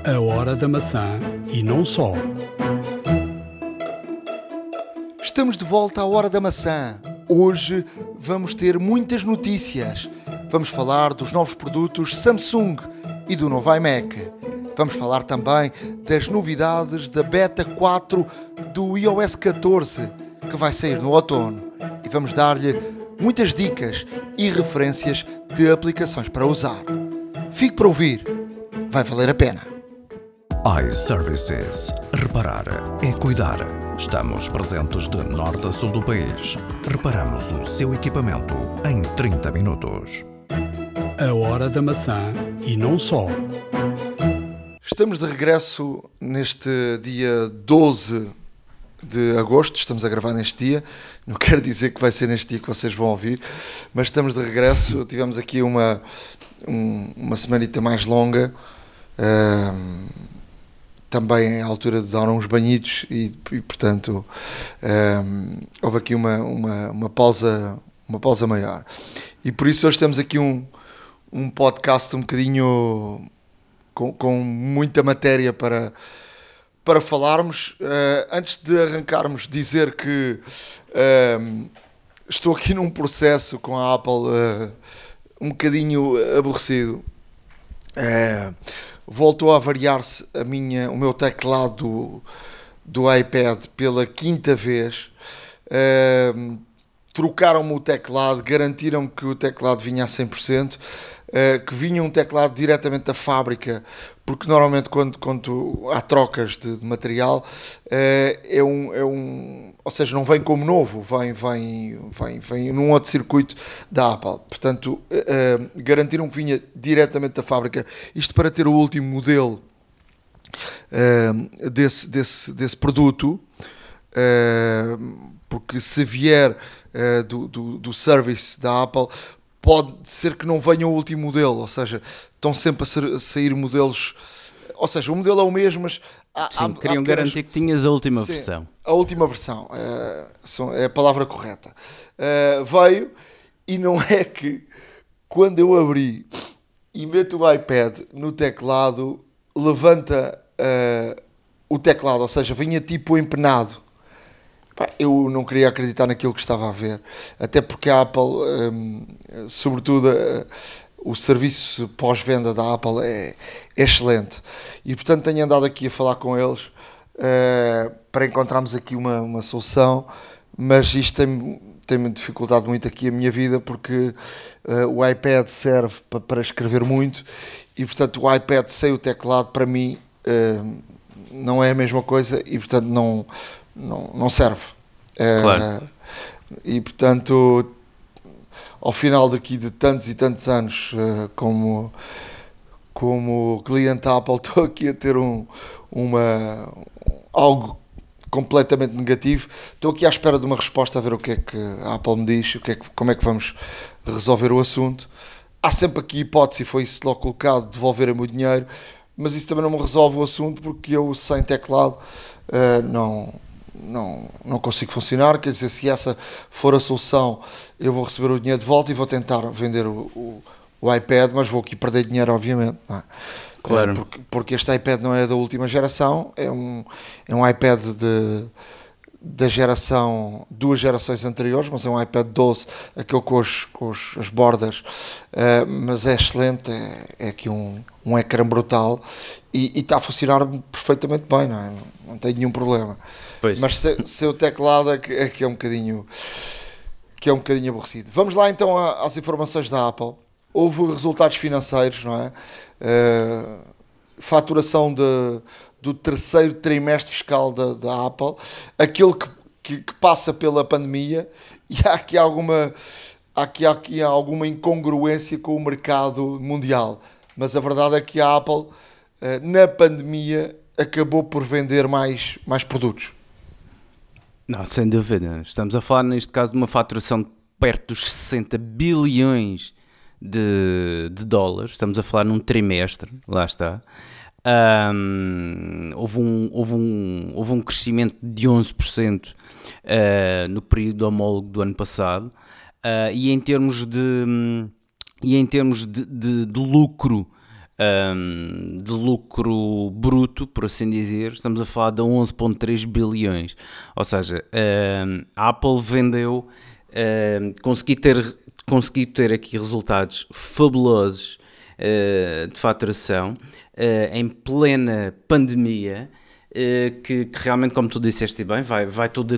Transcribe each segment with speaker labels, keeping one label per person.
Speaker 1: A Hora da Maçã e não só.
Speaker 2: Estamos de volta à Hora da Maçã. Hoje vamos ter muitas notícias. Vamos falar dos novos produtos Samsung e do novo iMac. Vamos falar também das novidades da Beta 4 do iOS 14, que vai sair no outono. E vamos dar-lhe muitas dicas e referências de aplicações para usar. Fique para ouvir. Vai valer a pena.
Speaker 3: iServices. Reparar é cuidar. Estamos presentes de norte a sul do país. Reparamos o seu equipamento em 30 minutos.
Speaker 1: A Hora da Maçã e não só.
Speaker 2: Estamos de regresso neste dia 12 de agosto. Estamos a gravar neste dia. Não quero dizer que vai ser neste dia que vocês vão ouvir, mas estamos de regresso. Tivemos aqui uma semanita mais longa. Também à altura de dar uns banhitos e portanto, houve aqui uma pausa maior. E por isso hoje temos aqui um podcast um bocadinho com muita matéria para falarmos. Antes de arrancarmos, dizer que estou aqui num processo com a Apple um bocadinho aborrecido. Voltou a variar-se o meu teclado do iPad pela quinta vez. Trocaram-me o teclado, garantiram-me que o teclado vinha a 100%, que vinha um teclado diretamente da fábrica, porque normalmente quando há trocas de material ou seja, não vem como novo, vem num outro circuito da Apple. Portanto, garantiram que vinha diretamente da fábrica, isto para ter o último modelo desse produto, porque se vier do service da Apple, pode ser que não venha o último modelo, ou seja, estão sempre a sair modelos, ou seja, o modelo é o mesmo, mas
Speaker 4: queriam garantir que tinhas a última versão.
Speaker 2: A última versão, é a palavra correta. Veio, e não é que quando eu abri e meto o iPad no teclado, levanta o teclado, ou seja, vinha tipo empenado. Eu não queria acreditar naquilo que estava a ver, até porque a Apple, sobretudo o serviço pós-venda da Apple é excelente, e portanto tenho andado aqui a falar com eles para encontrarmos aqui uma solução, mas isto tem-me dificultado muito aqui a minha vida, porque o iPad serve para escrever muito, e portanto o iPad sem o teclado para mim não é a mesma coisa, e portanto não serve.
Speaker 4: Claro.
Speaker 2: E portanto, ao final daqui de tantos e tantos anos como cliente Apple, estou aqui a ter algo completamente negativo. Estou aqui à espera de uma resposta, a ver o que é que a Apple me diz, como é que vamos resolver o assunto. Há sempre aqui hipótese, foi isso logo colocado, de devolverem o dinheiro, mas isso também não me resolve o assunto, porque eu sem teclado não consigo funcionar. Quer dizer, se essa for a solução, eu vou receber o dinheiro de volta e vou tentar vender o iPad, mas vou aqui perder dinheiro, obviamente, não é?
Speaker 4: Claro.
Speaker 2: Porque este iPad não é da última geração, é um iPad da geração, 2 gerações anteriores, mas é um iPad 12, aquele com as bordas, mas é excelente, é aqui um ecrã brutal, e está a funcionar perfeitamente bem, não é? Não tem nenhum problema.
Speaker 4: Pois.
Speaker 2: Mas se o teclado é que é um bocadinho aborrecido. Vamos lá então às informações da Apple. Houve resultados financeiros, não é? Faturação do terceiro trimestre fiscal da Apple, aquele que passa pela pandemia, e há aqui alguma incongruência com o mercado mundial. Mas a verdade é que a Apple, na pandemia, acabou por vender mais produtos.
Speaker 4: Não, sem dúvida. Estamos a falar, neste caso, de uma faturação de perto dos 60 bilhões de dólares. Estamos a falar num trimestre, lá está. Houve um crescimento de 11% no período homólogo do ano passado, e em termos de lucro, de lucro bruto, por assim dizer, estamos a falar de 11,3 bilhões. Ou seja, a Apple vendeu, conseguiu ter aqui resultados fabulosos de faturação em plena pandemia. Que realmente, como tu disseste bem, vai tudo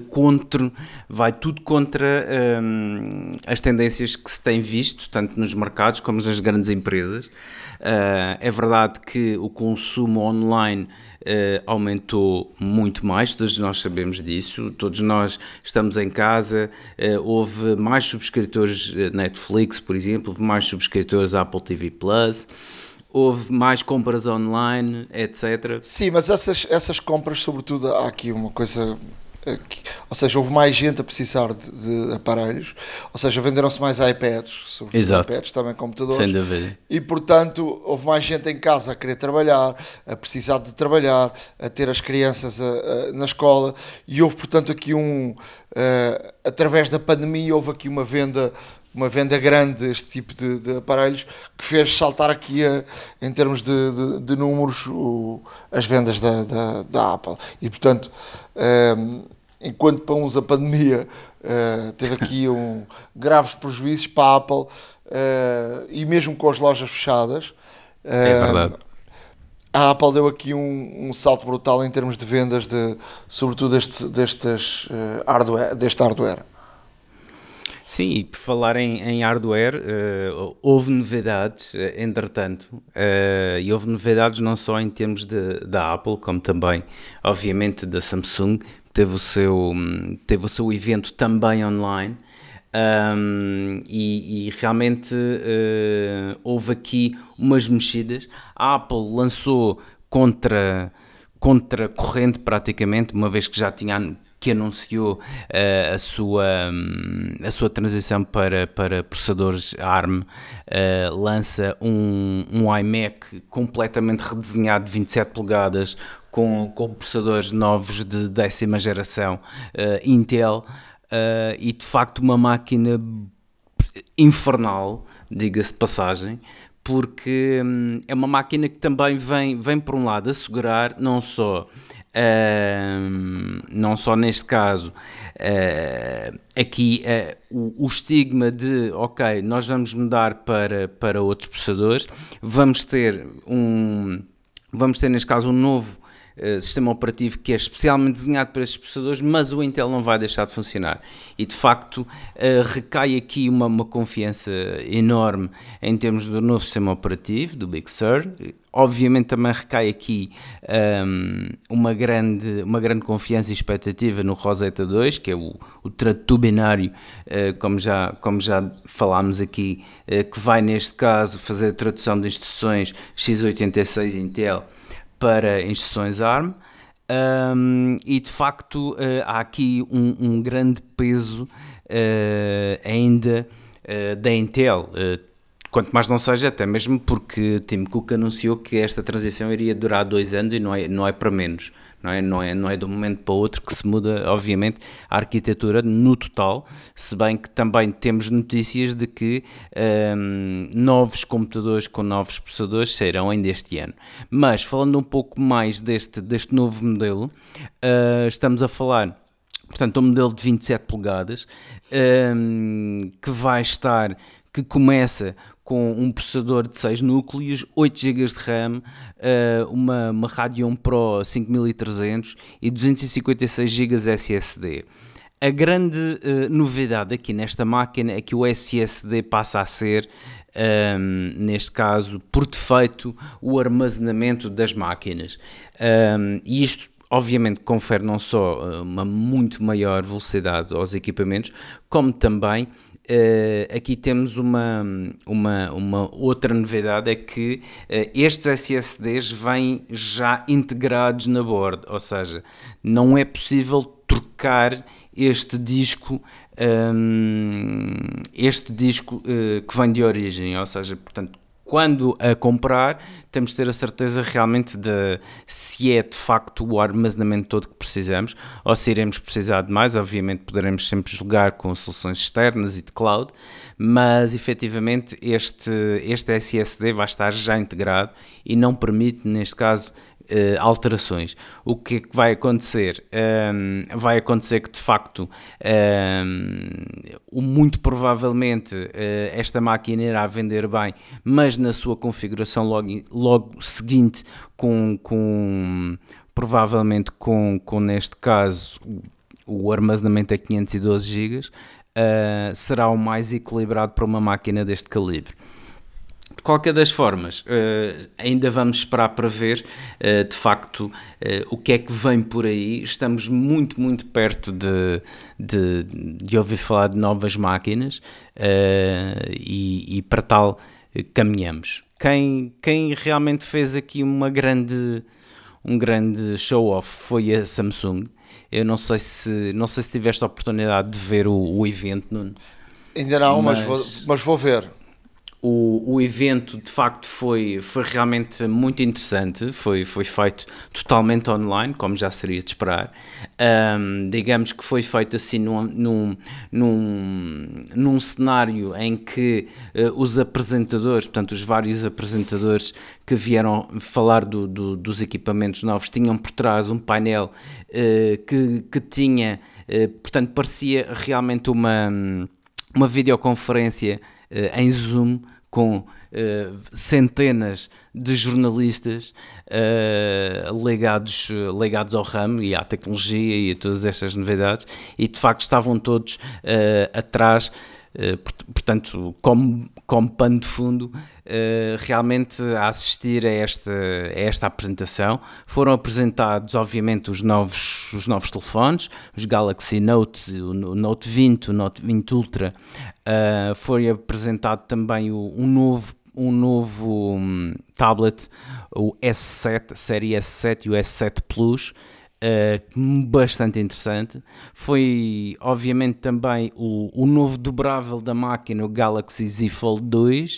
Speaker 4: contra as tendências que se têm visto, tanto nos mercados como nas grandes empresas. É verdade que o consumo online aumentou muito mais, todos nós sabemos disso, todos nós estamos em casa, houve mais subscritores Netflix, por exemplo, houve mais subscritores Apple TV Plus, houve mais compras online, etc.
Speaker 2: Sim, mas essas compras, sobretudo, há aqui uma coisa, ou seja, houve mais gente a precisar de aparelhos, ou seja, venderam-se mais iPads, sobretudo iPads, também computadores.
Speaker 4: Sem dúvida.
Speaker 2: E, portanto, houve mais gente em casa a querer trabalhar, a precisar de trabalhar, a ter as crianças na escola, e houve, portanto, aqui através da pandemia, houve aqui uma venda grande deste tipo de aparelhos, que fez saltar aqui, em termos de números, as vendas da Apple. E, portanto, enquanto para uns a pandemia teve aqui graves prejuízos para a Apple, e mesmo com as lojas fechadas,
Speaker 4: é verdade.
Speaker 2: A Apple deu aqui um salto brutal em termos de vendas, sobretudo deste hardware.
Speaker 4: Sim, e por falar em hardware, houve novidades, entretanto, e houve novidades não só em termos da Apple, como também, obviamente, da Samsung, que teve o seu evento também online, e realmente houve aqui umas mexidas. A Apple lançou contra corrente praticamente, uma vez que já tinha... que anunciou a sua transição para processadores ARM, lança um iMac completamente redesenhado de 27 polegadas com processadores novos de 10ª geração Intel, e de facto uma máquina infernal, diga-se de passagem, porque é uma máquina que também vem por um lado assegurar não só neste caso aqui o estigma de ok, nós vamos mudar para outros processadores, vamos ter neste caso um novo sistema operativo que é especialmente desenhado para estes processadores, mas o Intel não vai deixar de funcionar, e de facto recai aqui uma confiança enorme em termos do novo sistema operativo, do Big Sur. Obviamente também recai aqui uma grande confiança e expectativa no Rosetta 2, que é o tradutor binário, como já falámos aqui, que vai neste caso fazer a tradução de instruções x86 Intel para instruções ARM, e de facto há aqui um grande peso ainda da Intel, quanto mais não seja, até mesmo porque Tim Cook anunciou que esta transição iria durar 2 anos e não é para menos. Não é de um momento para o outro que se muda, obviamente, a arquitetura no total, se bem que também temos notícias de que novos computadores com novos processadores sairão ainda este ano. Mas, falando um pouco mais deste novo modelo, estamos a falar, portanto, um modelo de 27 polegadas, que começa com um processador de 6 núcleos, 8 GB de RAM, uma Radeon Pro 5300 e 256 GB SSD. A grande novidade aqui nesta máquina é que o SSD passa a ser, neste caso, por defeito, o armazenamento das máquinas. E isto, obviamente, confere não só uma muito maior velocidade aos equipamentos, como também aqui temos uma outra novidade, é que estes SSDs vêm já integrados na board, ou seja, não é possível trocar este disco que vem de origem, ou seja, portanto, quando a comprar, temos de ter a certeza realmente de se é de facto o armazenamento todo que precisamos, ou se iremos precisar de mais. Obviamente poderemos sempre jogar com soluções externas e de cloud, mas efetivamente este SSD vai estar já integrado e não permite, neste caso, alterações. O que é que vai acontecer? Vai acontecer que de facto muito provavelmente esta máquina irá vender bem, mas na sua configuração logo seguinte provavelmente com neste caso o armazenamento a 512 GB, será o mais equilibrado para uma máquina deste calibre. De qualquer das formas, ainda vamos esperar para ver de facto o que é que vem por aí. Estamos muito, muito perto de ouvir falar de novas máquinas e para tal caminhamos. Quem realmente fez aqui um grande show-off foi a Samsung. Eu não sei se tiveste a oportunidade de ver o evento, Nuno.
Speaker 2: Ainda não, mas vou ver.
Speaker 4: O evento de facto foi realmente muito interessante, foi feito totalmente online, como já seria de esperar. Digamos que foi feito assim num cenário em que os apresentadores, portanto os vários apresentadores que vieram falar dos equipamentos novos, tinham por trás um painel que tinha, portanto parecia realmente uma videoconferência em Zoom, com centenas de jornalistas ligados ao ramo e à tecnologia e a todas estas novidades, e de facto estavam todos atrás, portanto, como pano de fundo, realmente a assistir a esta apresentação. Foram apresentados, obviamente, os novos telefones, os Galaxy Note, o Note 20, o Note 20 Ultra. Foi apresentado também um novo tablet, o S7, a série S7 e o S7 Plus, bastante interessante. Foi obviamente também o novo dobrável da máquina, o Galaxy Z Fold 2.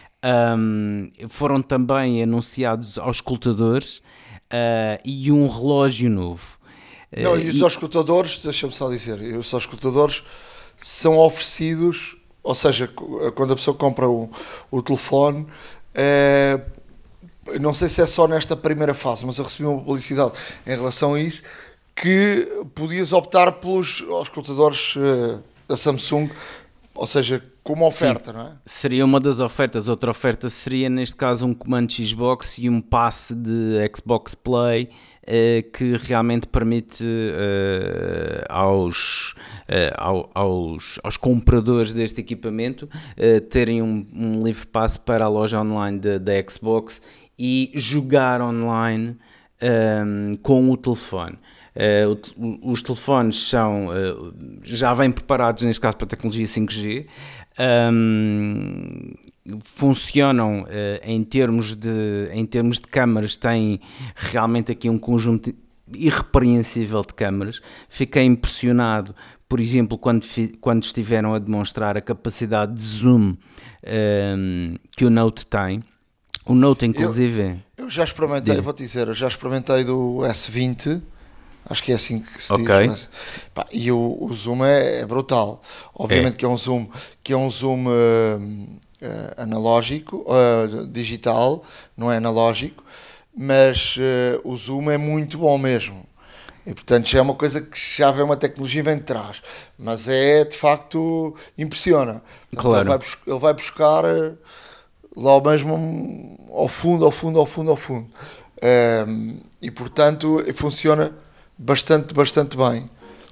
Speaker 4: Foram também anunciados auscultadores e um relógio novo.
Speaker 2: Não, e os auscultadores, deixa-me só dizer, os auscultadores são oferecidos, ou seja, quando a pessoa compra o telefone, não sei se é só nesta primeira fase, mas eu recebi uma publicidade em relação a isso, que podias optar pelos auscultadores da Samsung, ou seja, como oferta. Sim, não é?
Speaker 4: Seria uma das ofertas. Outra oferta seria, neste caso, um comando Xbox e um passe de Xbox Play, que realmente permite aos compradores deste equipamento terem um livre passe para a loja online da Xbox e jogar online com o telefone. Os telefones já vêm preparados, neste caso, para a tecnologia 5G. Funcionam em termos de câmaras, têm realmente aqui um conjunto irrepreensível de câmaras. Fiquei impressionado, por exemplo, quando estiveram a demonstrar a capacidade de zoom que o Note tem. O Note, inclusive...
Speaker 2: Eu já experimentei, vou-te dizer, eu já experimentei do S20, acho que é assim que se diz. Mas, e o zoom é brutal. Obviamente que é um zoom analógico, digital, não é analógico, mas o zoom é muito bom mesmo. E portanto já é uma coisa que já vem uma tecnologia vem de trás, mas de facto impressiona.
Speaker 4: Claro.
Speaker 2: Ele vai buscar lá mesmo ao fundo. E portanto funciona bastante bem.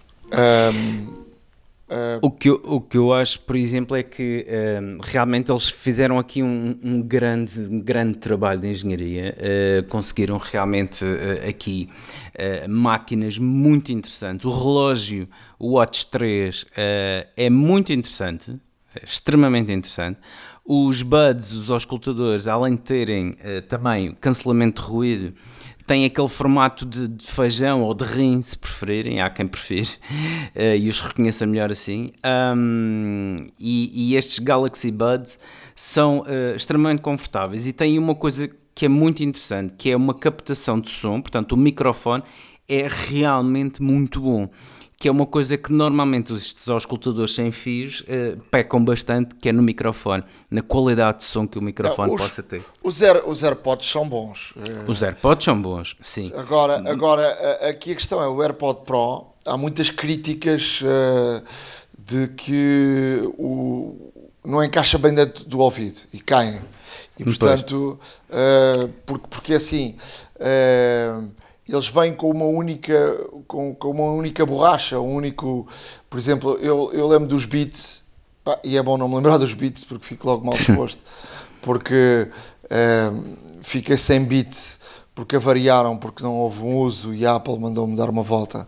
Speaker 4: O que eu acho, por exemplo, é que realmente eles fizeram aqui um grande trabalho de engenharia. Conseguiram realmente aqui máquinas muito interessantes. O relógio, o Watch 3, é muito interessante, extremamente interessante. Os buds, os auscultadores, além de terem também cancelamento de ruído, tem aquele formato de feijão ou de rim, se preferirem, há quem prefira, e os reconheça melhor assim. E estes Galaxy Buds são extremamente confortáveis e têm uma coisa que é muito interessante, que é uma captação de som, portanto o microfone é realmente muito bom, que é uma coisa que normalmente estes auscultadores sem fios pecam bastante, que é no microfone, na qualidade de som que o microfone possa ter.
Speaker 2: Os AirPods são bons.
Speaker 4: Os AirPods são bons, sim.
Speaker 2: Agora, aqui a questão é o AirPod Pro. Há muitas críticas de que não encaixa bem dentro do ouvido e caem. E portanto, porque assim... eles vêm com uma única borracha, por exemplo, eu lembro dos Beats, e é bom não me lembrar dos Beats porque fico logo mal disposto, porque fiquei sem Beats porque avariaram, porque não houve um uso e a Apple mandou-me dar uma volta,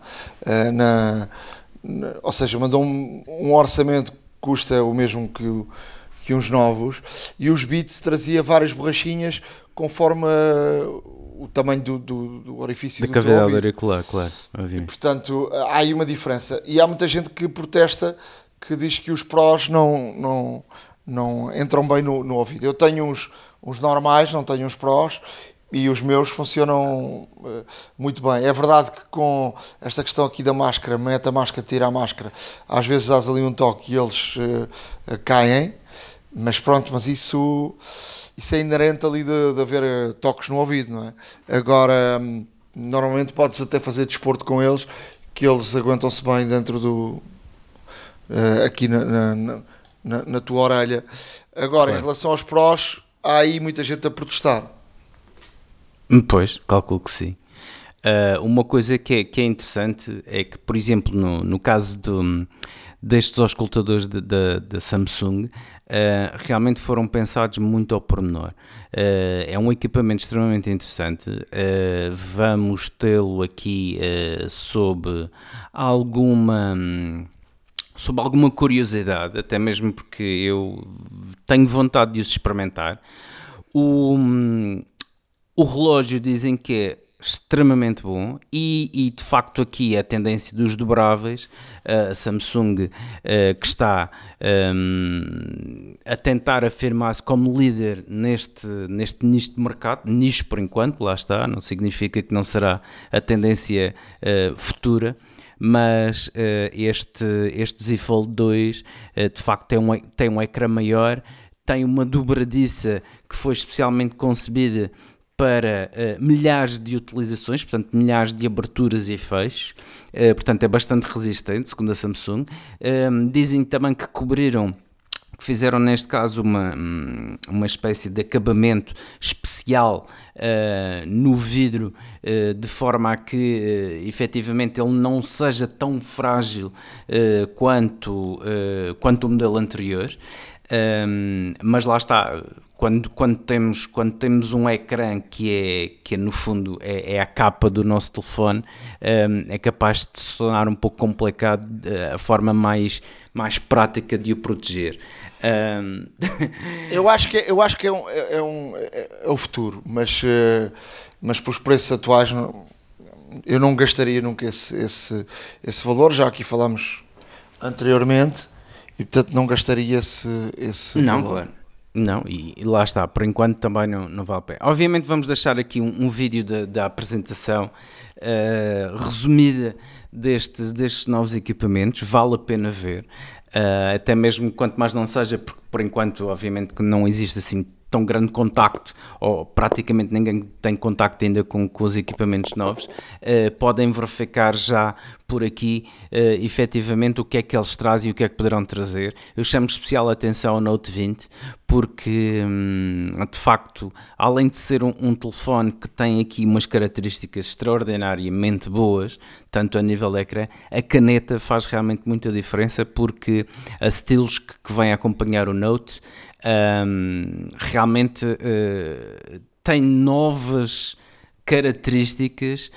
Speaker 2: ou seja, mandou um orçamento que custa o mesmo que uns novos, e os Beats trazia várias borrachinhas conforme o tamanho do orifício
Speaker 4: da
Speaker 2: do
Speaker 4: cavidade auricular, claro.
Speaker 2: E, portanto, há aí uma diferença. E há muita gente que protesta, que diz que os Pros não entram bem no ouvido. Eu tenho uns normais, não tenho uns Pros, e os meus funcionam muito bem. É verdade que com esta questão aqui da máscara, mete a máscara, tira a máscara, às vezes dás ali um toque e eles caem, mas pronto, mas isso é inerente ali de haver toques no ouvido, não é? Agora, normalmente podes até fazer desporto com eles, que eles aguentam-se bem dentro do... aqui na tua orelha. Agora, claro. Em relação aos Pros, há aí muita gente a protestar.
Speaker 4: Pois, calculo que sim. Uma coisa que é interessante é que, por exemplo, no caso destes auscultadores da Samsung, realmente foram pensados muito ao pormenor. É um equipamento extremamente interessante. Vamos tê-lo aqui sob alguma curiosidade, até mesmo porque eu tenho vontade de os experimentar. O relógio dizem que é extremamente bom e de facto aqui a tendência dos dobráveis, a Samsung que está a tentar afirmar-se como líder neste nicho de mercado, nicho por enquanto, lá está, não significa que não será a tendência futura, mas este Z Fold 2 de facto tem um ecrã maior, tem uma dobradiça que foi especialmente concebida para milhares de utilizações, portanto milhares de aberturas e fechos, portanto é bastante resistente, segundo a Samsung. Dizem também que fizeram neste caso uma espécie de acabamento especial no vidro, de forma a que efetivamente ele não seja tão frágil quanto o modelo anterior. Mas lá está, quando temos um ecrã que é no fundo é a capa do nosso telefone, é capaz de se tornar um pouco complicado a forma mais prática de o proteger.
Speaker 2: Eu acho que é o futuro, mas pelos preços atuais eu não gastaria nunca esse valor, já aqui falámos anteriormente. E portanto não gastaria esse
Speaker 4: não,
Speaker 2: valor.
Speaker 4: Claro. Não, e lá está, por enquanto também não vale a pena. Obviamente vamos deixar aqui um vídeo da apresentação resumida destes novos equipamentos, vale a pena ver, até mesmo quanto mais não seja, porque por enquanto obviamente que não existe assim tão grande contacto, ou praticamente ninguém tem contacto ainda com os equipamentos novos, podem verificar já por aqui efetivamente o que é que eles trazem e o que é que poderão trazer. Eu chamo especial atenção ao Note 20 porque de facto, além de ser um telefone que tem aqui umas características extraordinariamente boas, tanto a nível de ecrã, a caneta faz realmente muita diferença, porque a stylus que vem acompanhar o Note realmente tem novas características,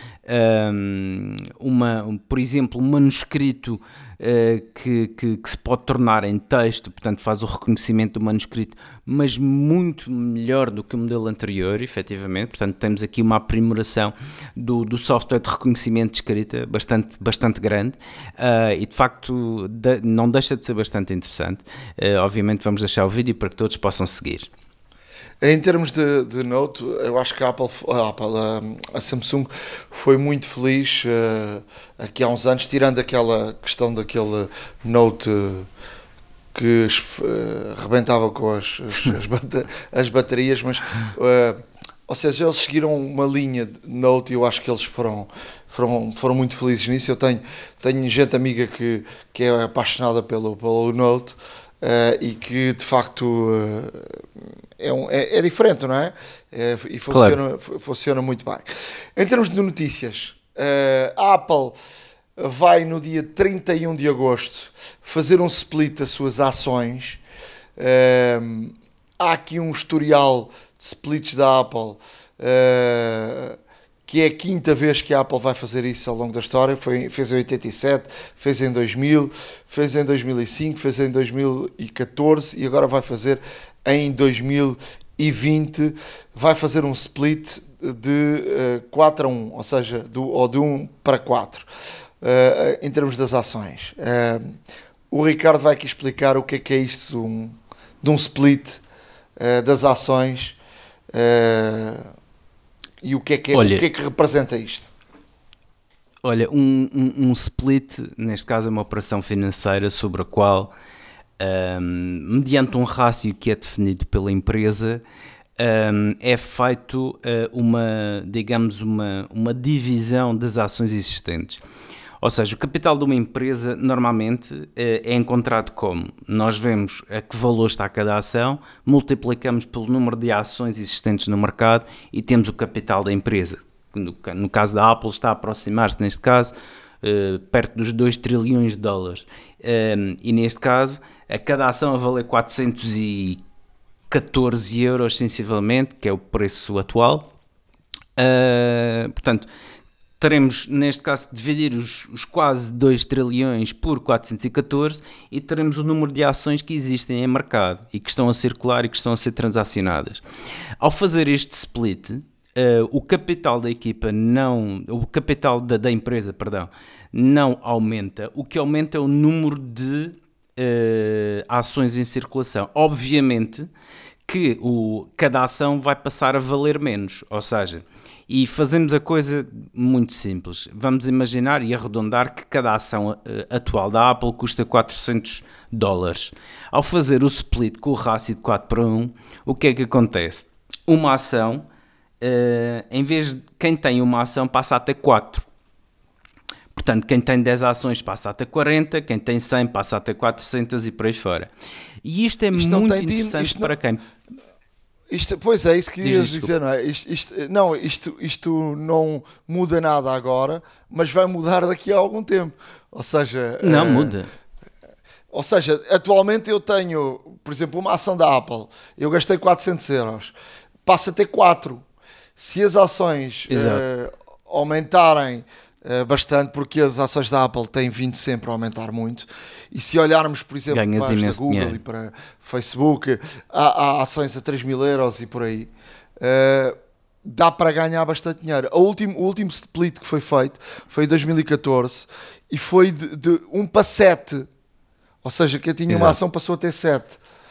Speaker 4: por exemplo, um manuscrito que se pode tornar em texto, portanto faz o reconhecimento do manuscrito, mas muito melhor do que o modelo anterior, efetivamente. Portanto, temos aqui uma aprimoração do software de reconhecimento de escrita bastante grande, e de facto não deixa de ser bastante interessante. Obviamente vamos deixar o vídeo para que todos possam seguir.
Speaker 2: Em termos de Note, eu acho que a Samsung foi muito feliz aqui há uns anos, tirando aquela questão daquele Note que rebentava com as baterias, mas ou seja, eles seguiram uma linha de Note e eu acho que eles foram muito felizes nisso. Eu tenho gente amiga que é apaixonada pelo Note, e que de facto é diferente, não é? E funciona muito bem. Em termos de notícias, a Apple vai no dia 31 de agosto fazer um split das suas ações. Há aqui um historial de splits da Apple, que é a quinta vez que a Apple vai fazer isso ao longo da história. Fez em 87, fez em 2000, fez em 2005, fez em 2014 e agora vai fazer em 2020. Vai fazer um split de 4-1, ou seja, de 1 para 4, em termos das ações. O Ricardo vai aqui explicar o que é isto de um split das ações, e o que é que representa isto?
Speaker 4: Olha, um split, neste caso é uma operação financeira sobre a qual, mediante um rácio que é definido pela empresa, é feito uma divisão das ações existentes. Ou seja, o capital de uma empresa normalmente é encontrado como? Nós vemos a que valor está cada ação, multiplicamos pelo número de ações existentes no mercado e temos o capital da empresa. No caso da Apple está a aproximar-se, neste caso, perto dos 2 trilhões de dólares. E neste caso, a cada ação a valer 414 euros, sensivelmente, que é o preço atual. Portanto, teremos, neste caso, que dividir os quase 2 trilhões por 414 e teremos o número de ações que existem em mercado e que estão a circular e que estão a ser transacionadas. Ao fazer este split, o capital da equipa da empresa, não aumenta. O que aumenta é o número de ações em circulação. Obviamente que cada ação vai passar a valer menos, ou seja, e fazemos a coisa muito simples. Vamos imaginar e arredondar que cada ação atual da Apple custa 400 dólares. Ao fazer o split com o rácio de 4-1, o que é que acontece? Uma ação, em vez de quem tem uma ação, passa a ter 4. Portanto, quem tem 10 ações passa a ter 40, quem tem 100 passa a ter 400 e por aí fora. E isto é muito interessante para quem...
Speaker 2: Pois é, isso que ias dizer, não é? Isto não muda nada agora, mas vai mudar daqui a algum tempo. Ou seja...
Speaker 4: Não, muda.
Speaker 2: Ou seja, atualmente eu tenho, por exemplo, uma ação da Apple, eu gastei 400 euros, passa a ter 4. Se as ações aumentarem bastante, porque as ações da Apple têm vindo sempre a aumentar muito, e se olharmos, por exemplo, para a Google dinheiro. E para Facebook, há ações a 3 mil euros e por aí, dá para ganhar bastante dinheiro. O último split que foi feito foi em 2014 e foi de 1 para 7, ou seja, quem tinha uma ação passou a ter 7.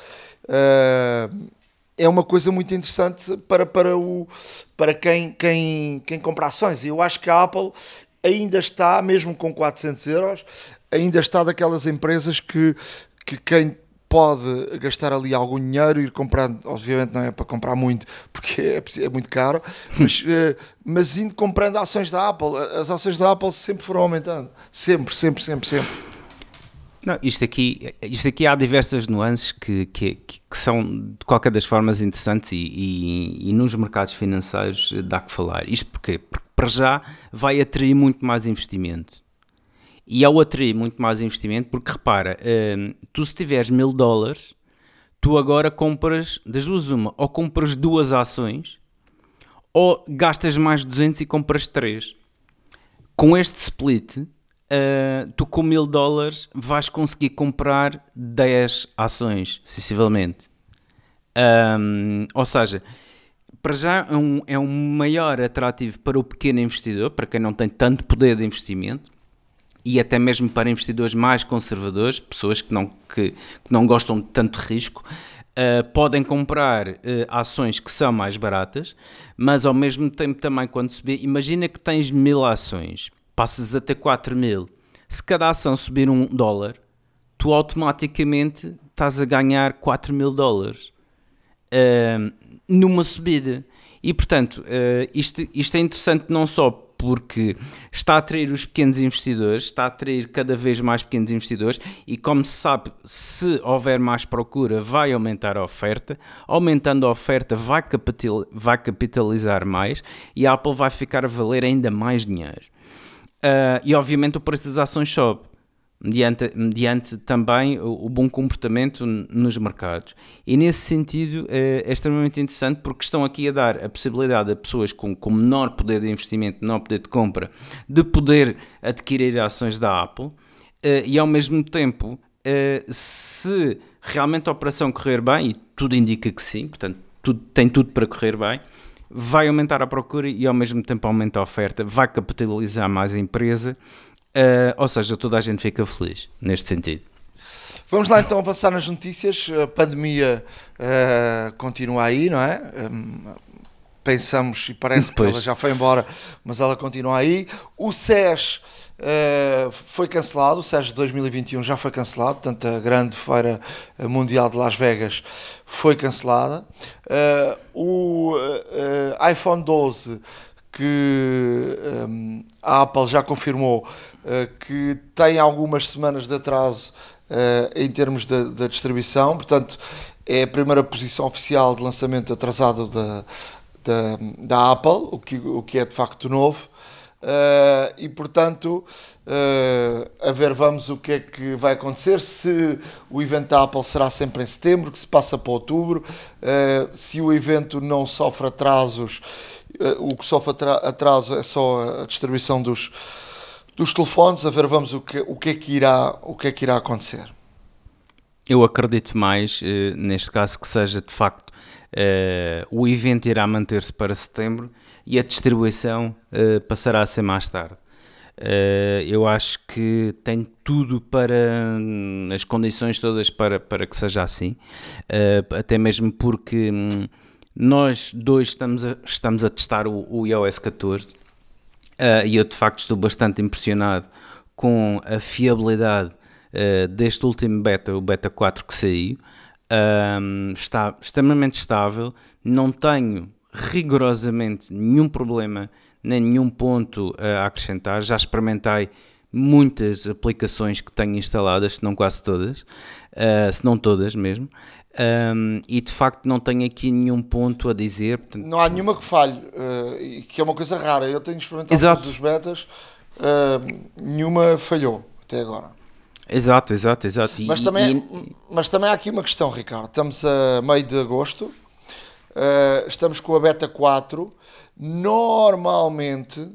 Speaker 2: É uma coisa muito interessante para quem compra ações. E eu acho que a Apple ainda está, mesmo com 400 euros, ainda está daquelas empresas que quem pode gastar ali algum dinheiro e ir comprando, obviamente não é para comprar muito, porque é muito caro, mas indo comprando ações da Apple. As ações da Apple sempre foram aumentando. Sempre.
Speaker 4: Não, isto aqui há diversas nuances que são de qualquer das formas interessantes e nos mercados financeiros dá que falar. Isto porquê? Porque para já vai atrair muito mais investimento. E ao atrair muito mais investimento, porque repara, tu se tiveres $1000, tu agora compras das duas uma, ou compras 2 ações, ou gastas mais 200 e compras 3. Com este split, tu com $1000 vais conseguir comprar 10 ações, sensivelmente. Ou seja, para já é um maior atrativo para o pequeno investidor, para quem não tem tanto poder de investimento, e até mesmo para investidores mais conservadores, pessoas que não gostam de tanto risco, podem comprar ações que são mais baratas, mas ao mesmo tempo também quando subir, imagina que tens 1000 ações, passas a ter 4000, se cada ação subir $1, tu automaticamente estás a ganhar $4000 numa subida. E portanto, isto é interessante não só porque está a atrair os pequenos investidores, está a atrair cada vez mais pequenos investidores e, como se sabe, se houver mais procura, vai aumentar a oferta. Aumentando a oferta, vai capitalizar mais e a Apple vai ficar a valer ainda mais dinheiro. E, obviamente, o preço das ações sobe, mediante também o bom comportamento nos mercados. E, nesse sentido, é extremamente interessante porque estão aqui a dar a possibilidade a pessoas com menor poder de investimento, menor poder de compra, de poder adquirir ações da Apple e, ao mesmo tempo, se realmente a operação correr bem, e tudo indica que sim, portanto, tem tudo para correr bem, vai aumentar a procura e, ao mesmo tempo, aumenta a oferta, vai capitalizar mais a empresa. Ou seja, toda a gente fica feliz neste sentido.
Speaker 2: Vamos lá então avançar nas notícias. A pandemia continua aí, não é? Pensamos e parece que ela já foi embora, mas ela continua aí. O SES foi cancelado, o SES de 2021 já foi cancelado, portanto a grande feira mundial de Las Vegas foi cancelada. O iPhone 12 que a Apple já confirmou que tem algumas semanas de atraso em termos da distribuição, portanto é a primeira posição oficial de lançamento atrasado da Apple, o que é de facto novo. E portanto a ver, vamos o que é que vai acontecer, se o evento da Apple será sempre em setembro, que se passa para outubro, se o evento não sofre atrasos. O que sofre atraso é só a distribuição dos telefones. A ver, vamos o que é que irá acontecer.
Speaker 4: Eu acredito mais neste caso que seja de facto o evento irá manter-se para setembro e a distribuição passará a ser mais tarde. Eu acho que tem tudo para as condições todas para que seja assim, até mesmo porque nós dois estamos a testar o iOS 14 e eu de facto estou bastante impressionado com a fiabilidade deste último beta, o beta 4 que saiu. Está extremamente estável, não tenho rigorosamente nenhum problema, nem nenhum ponto a acrescentar. Já experimentei muitas aplicações que tenho instaladas, se não quase todas, se não todas mesmo. E de facto não tenho aqui nenhum ponto a dizer. Portanto,
Speaker 2: não há nenhuma que falhe, que é uma coisa rara. Eu tenho experimentado todos os betas, nenhuma falhou até agora.
Speaker 4: Exato.
Speaker 2: Mas também há aqui uma questão, Ricardo. Estamos a meio de agosto, estamos com a beta 4. Normalmente,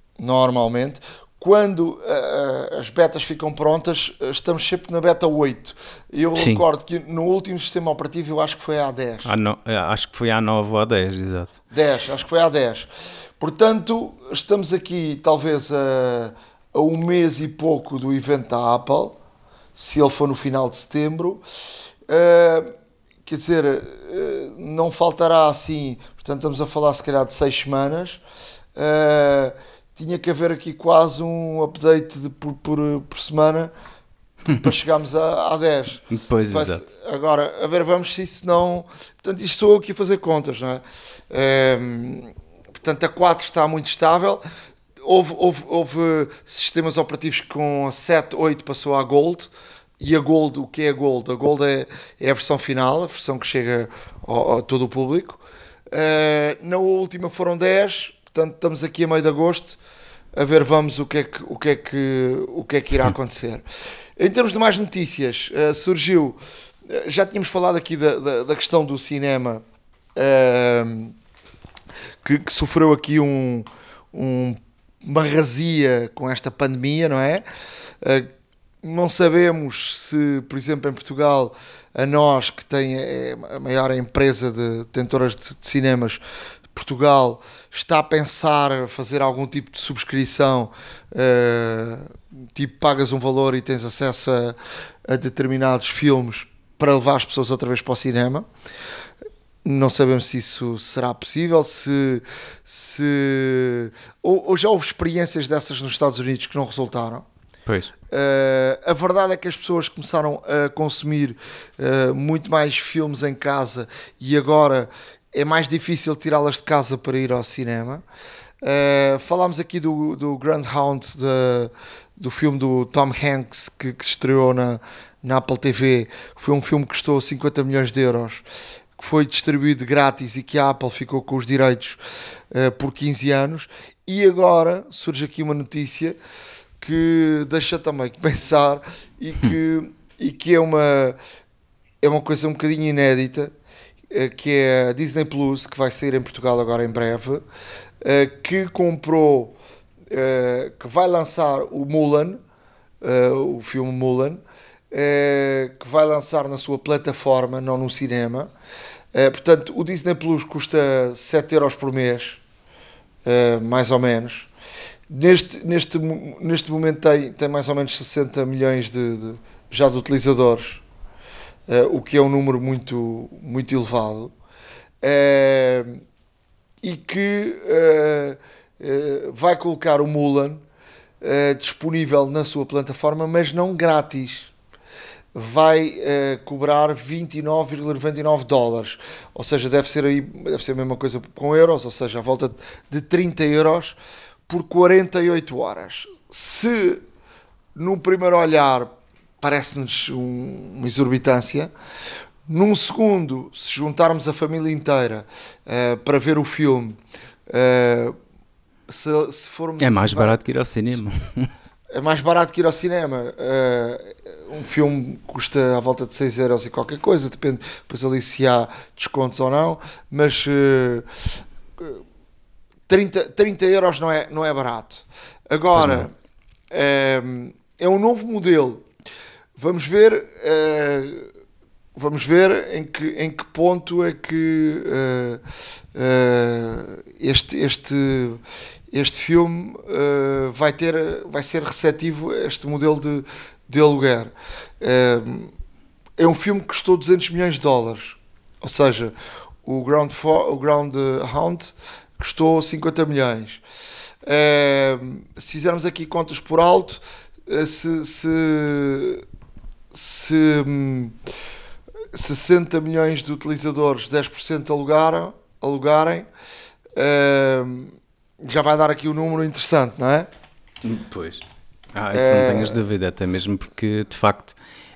Speaker 2: quando as betas ficam prontas, estamos sempre na beta 8. Eu recordo que no último sistema operativo, eu acho que foi a 10.
Speaker 4: Acho que foi a 9 ou a 10, exato.
Speaker 2: 10, acho que foi a 10. Portanto, estamos aqui talvez a um mês e pouco do evento da Apple, se ele for no final de setembro. Quer dizer, não faltará assim, portanto estamos a falar se calhar de 6 semanas. Tinha que haver aqui quase um update por semana para chegarmos a 10.
Speaker 4: Pois, exato.
Speaker 2: Agora, a ver, vamos se isso não... Portanto, isto sou eu aqui a fazer contas, não é? Portanto, a 4 está muito estável. Houve sistemas operativos que com a 7, 8 passou à Gold. E a Gold, o que é a Gold? A Gold é a versão final, a versão que chega a todo o público. Na última foram 10, portanto estamos aqui a meio de agosto, a ver, vamos o que é que irá acontecer. Em termos de mais notícias, surgiu, já tínhamos falado aqui da questão do cinema, que sofreu aqui uma razia com esta pandemia, não é? Não sabemos se, por exemplo, em Portugal, a nós, que tem a maior empresa de detentoras de cinemas, Portugal, está a pensar fazer algum tipo de subscrição, tipo pagas um valor e tens acesso a determinados filmes para levar as pessoas outra vez para o cinema. Não sabemos se isso será possível, ou já houve experiências dessas nos Estados Unidos que não resultaram.
Speaker 4: Pois.
Speaker 2: A verdade é que as pessoas começaram a consumir muito mais filmes em casa e agora é mais difícil tirá-las de casa para ir ao cinema. Falámos aqui do Greyhound, do filme do Tom Hanks que estreou na Apple TV. Foi um filme que custou 50 milhões de euros, que foi distribuído grátis e que a Apple ficou com os direitos por 15 anos. E agora surge aqui uma notícia que deixa também que pensar e que é uma coisa um bocadinho inédita, que é a Disney Plus, que vai sair em Portugal agora em breve, que comprou, que vai lançar o Mulan, o filme Mulan, que vai lançar na sua plataforma, não no cinema. Portanto, o Disney Plus custa 7 euros por mês, mais ou menos. Neste momento tem mais ou menos 60 milhões já de utilizadores, o que é um número muito, muito elevado, e que vai colocar o Mulan disponível na sua plataforma, mas não grátis. Vai cobrar 29,99 dólares, ou seja, deve ser a mesma coisa com euros, ou seja, à volta de 30 euros por 48 horas. Se num primeiro olhar parece-nos uma exorbitância, num segundo, se juntarmos a família inteira para ver o filme, se formos
Speaker 4: é mais barato que ir ao cinema.
Speaker 2: É mais barato que ir ao cinema. Um filme custa à volta de 6 euros e qualquer coisa, depende depois ali se há descontos ou não, mas 30 euros não é barato. Agora, é um novo modelo. Vamos ver em que ponto é que este filme vai ser receptivo a este modelo de aluguer. É um filme que custou 200 milhões de dólares, ou seja, o Greyhound custou 50 milhões. Se fizermos aqui contas por alto, se 60 milhões de utilizadores, 10% alugarem, já vai dar aqui um número interessante, não é?
Speaker 4: Pois. Isso não tenhas dúvida, até mesmo porque, de facto,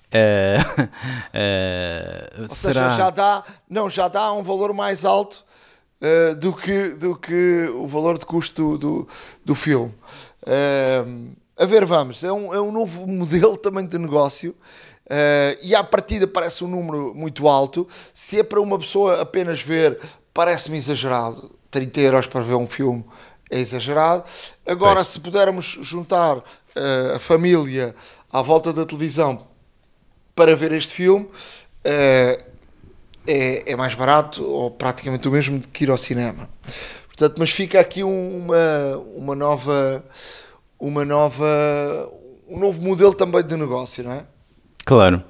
Speaker 2: ou seja, já dá um valor mais alto do que o valor de custo do filme. A ver, vamos. É um novo modelo também de negócio. E à partida parece um número muito alto. Se é para uma pessoa apenas ver, parece-me exagerado. 30 euros para ver um filme é exagerado. Agora, se pudermos juntar a família à volta da televisão para ver este filme, é mais barato, ou praticamente o mesmo que ir ao cinema. Portanto, mas fica aqui um novo modelo também de negócio, não é?
Speaker 4: Claro.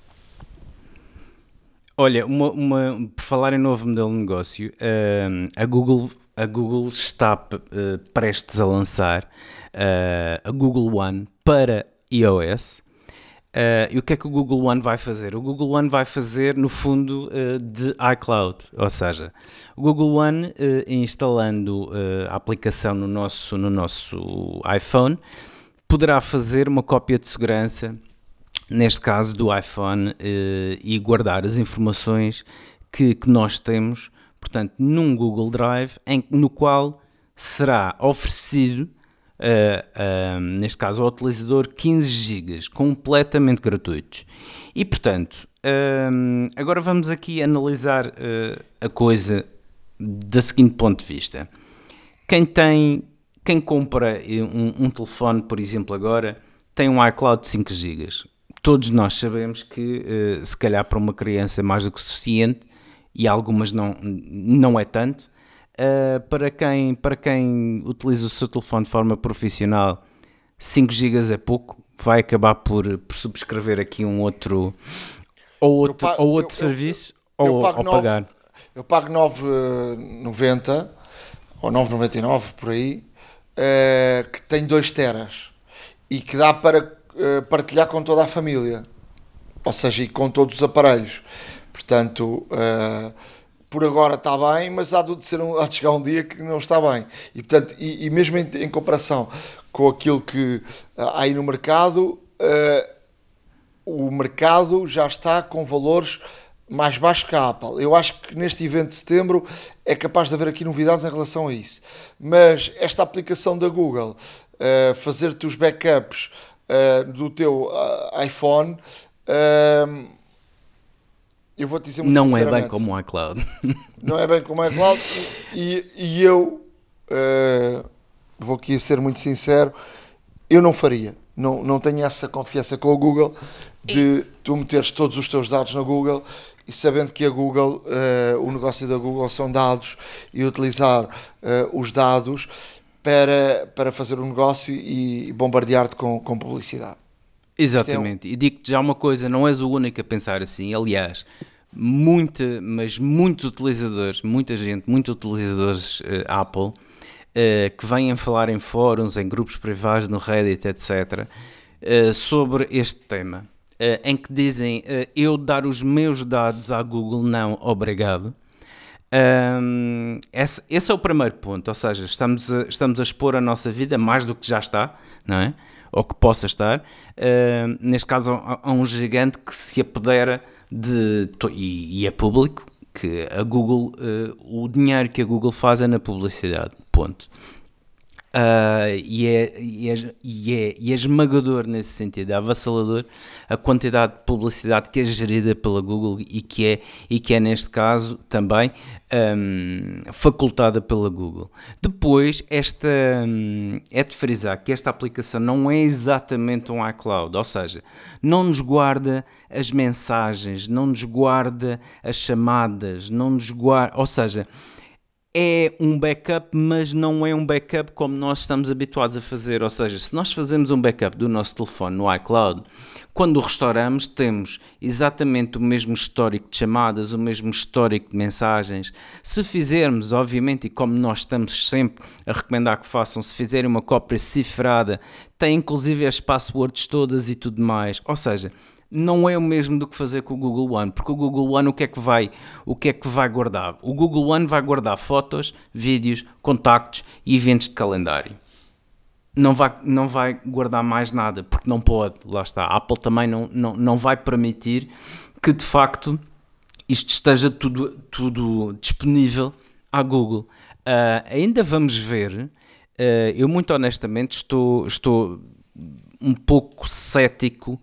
Speaker 4: Olha, por falar em novo modelo de negócio, a Google está prestes a lançar a Google One para iOS. E o que é que o Google One vai fazer? O Google One vai fazer, no fundo, de iCloud. Ou seja, o Google One, instalando a aplicação no nosso iPhone, poderá fazer uma cópia de segurança, neste caso do iPhone, e guardar as informações que nós temos, portanto, num Google Drive, no qual será oferecido, neste caso ao utilizador, 15 GB completamente gratuitos. E portanto, agora vamos aqui analisar a coisa da seguinte ponto de vista. Quem compra um telefone, por exemplo, agora, tem um iCloud de 5 GB. Todos nós sabemos que, se calhar para uma criança é mais do que suficiente, e algumas não é tanto. Para quem utiliza o seu telefone de forma profissional, 5 GB é pouco. Vai acabar por subscrever aqui um outro serviço ou pagar.
Speaker 2: Eu pago 9,90 ou 9,99 por aí, que tem 2 teras e que dá para partilhar com toda a família, ou seja, e com todos os aparelhos. Portanto, por agora está bem, mas há de chegar um dia que não está bem. E, portanto, e mesmo em comparação com aquilo que há aí no mercado, o mercado já está com valores mais baixos que a Apple. Eu acho que neste evento de setembro é capaz de haver aqui novidades em relação a isso. Mas esta aplicação da Google, fazer-te os backups do teu iPhone, eu vou-te dizer muito sinceramente,
Speaker 4: não é bem como o iCloud.
Speaker 2: Não é bem como o iCloud, e eu vou aqui ser muito sincero, eu não faria. Não tenho essa confiança com o Google de tu meteres todos os teus dados na Google e sabendo que a Google, o negócio da Google são dados, e utilizar os dados para fazer um negócio e bombardear-te com publicidade.
Speaker 4: Exatamente, e digo-te já uma coisa, não és o único a pensar assim. Aliás, muitos utilizadores, muitos utilizadores Apple, que vêm falar em fóruns, em grupos privados, no Reddit, etc., sobre este tema, em que dizem, eu dar os meus dados à Google, não, obrigado. Esse é o primeiro ponto, ou seja, estamos a expor a nossa vida mais do que já está, não é? Ou que possa estar. Neste caso, há um gigante que se apodera e é público, que a Google, o dinheiro que a Google faz é na publicidade, ponto. E é esmagador nesse sentido, é avassalador a quantidade de publicidade que é gerida pela Google e que é neste caso também facultada pela Google. Depois, é de frisar que esta aplicação não é exatamente um iCloud, ou seja, não nos guarda as mensagens, não nos guarda as chamadas, não nos guarda, ou seja, é um backup, mas não é um backup como nós estamos habituados a fazer. Ou seja, se nós fazemos um backup do nosso telefone no iCloud, quando o restauramos, temos exatamente o mesmo histórico de chamadas, o mesmo histórico de mensagens. Se fizermos, obviamente, e como nós estamos sempre a recomendar que façam, se fizerem uma cópia cifrada, tem inclusive as passwords todas e tudo mais. Ou seja, não é o mesmo do que fazer com o Google One, porque o Google One o que é que vai guardar? O Google One vai guardar fotos, vídeos, contactos e eventos de calendário. Não vai guardar mais nada, porque não pode, lá está. A Apple também não vai permitir que de facto isto esteja tudo disponível à Google. Ainda vamos ver, eu muito honestamente estou um pouco cético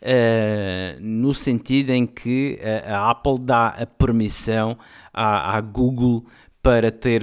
Speaker 4: no sentido em que a Apple dá a permissão à Google para ter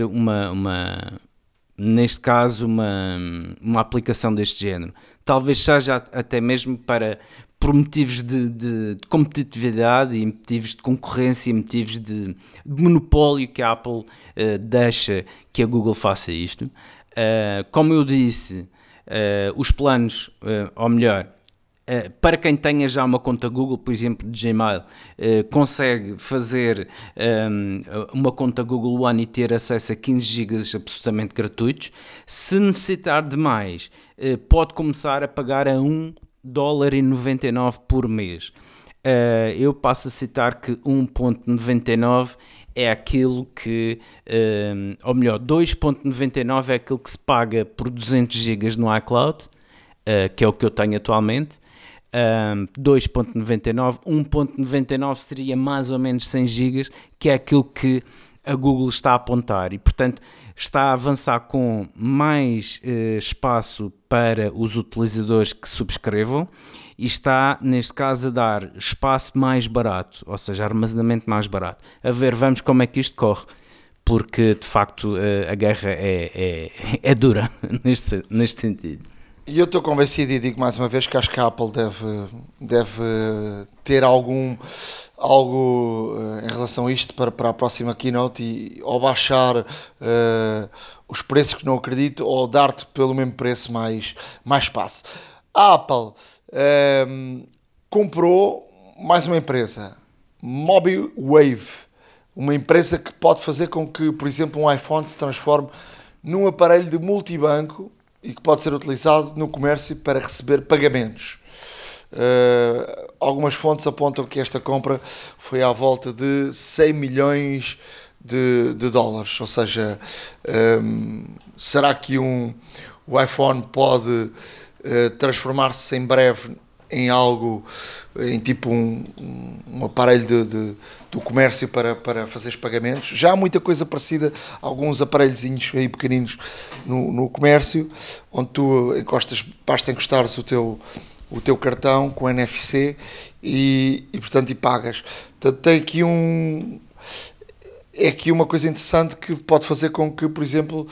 Speaker 4: neste caso uma aplicação deste género. Talvez seja até mesmo por motivos de competitividade e motivos de concorrência e motivos de monopólio que a Apple deixa que a Google faça isto. Como eu disse, os planos, ou melhor, para quem tenha já uma conta Google, por exemplo, de Gmail, consegue fazer uma conta Google One e ter acesso a 15 GB absolutamente gratuitos. Se necessitar de mais, pode começar a pagar a $1,99 por mês. Eu passo a citar que 1,99 é aquilo que, ou melhor, 2,99 é aquilo que se paga por 200 GB no iCloud, que é o que eu tenho atualmente. 2,99, 1,99 seria mais ou menos 100 GB, que é aquilo que a Google está a apontar, e portanto está a avançar com mais espaço para os utilizadores que subscrevam, e está neste caso a dar espaço mais barato, ou seja, armazenamento mais barato. A ver, vamos como é que isto corre, porque de facto a guerra é dura neste sentido.
Speaker 2: E eu estou convencido e digo mais uma vez que acho que a Apple deve ter algo em relação a isto para a próxima keynote, ou baixar os preços que não acredito, ou dar-te pelo mesmo preço mais espaço. A Apple comprou mais uma empresa, MobiWave, uma empresa que pode fazer com que, por exemplo, um iPhone se transforme num aparelho de multibanco e que pode ser utilizado no comércio para receber pagamentos. Algumas fontes apontam que esta compra foi à volta de 100 milhões de dólares, ou seja, será que o iPhone pode transformar-se em breve em algo, em tipo um aparelho do comércio para fazer pagamentos? Já há muita coisa parecida, alguns aparelhozinhos aí pequeninos no comércio, onde tu basta encostares o teu cartão com NFC e portanto, pagas. Portanto, tem aqui é aqui uma coisa interessante que pode fazer com que, por exemplo,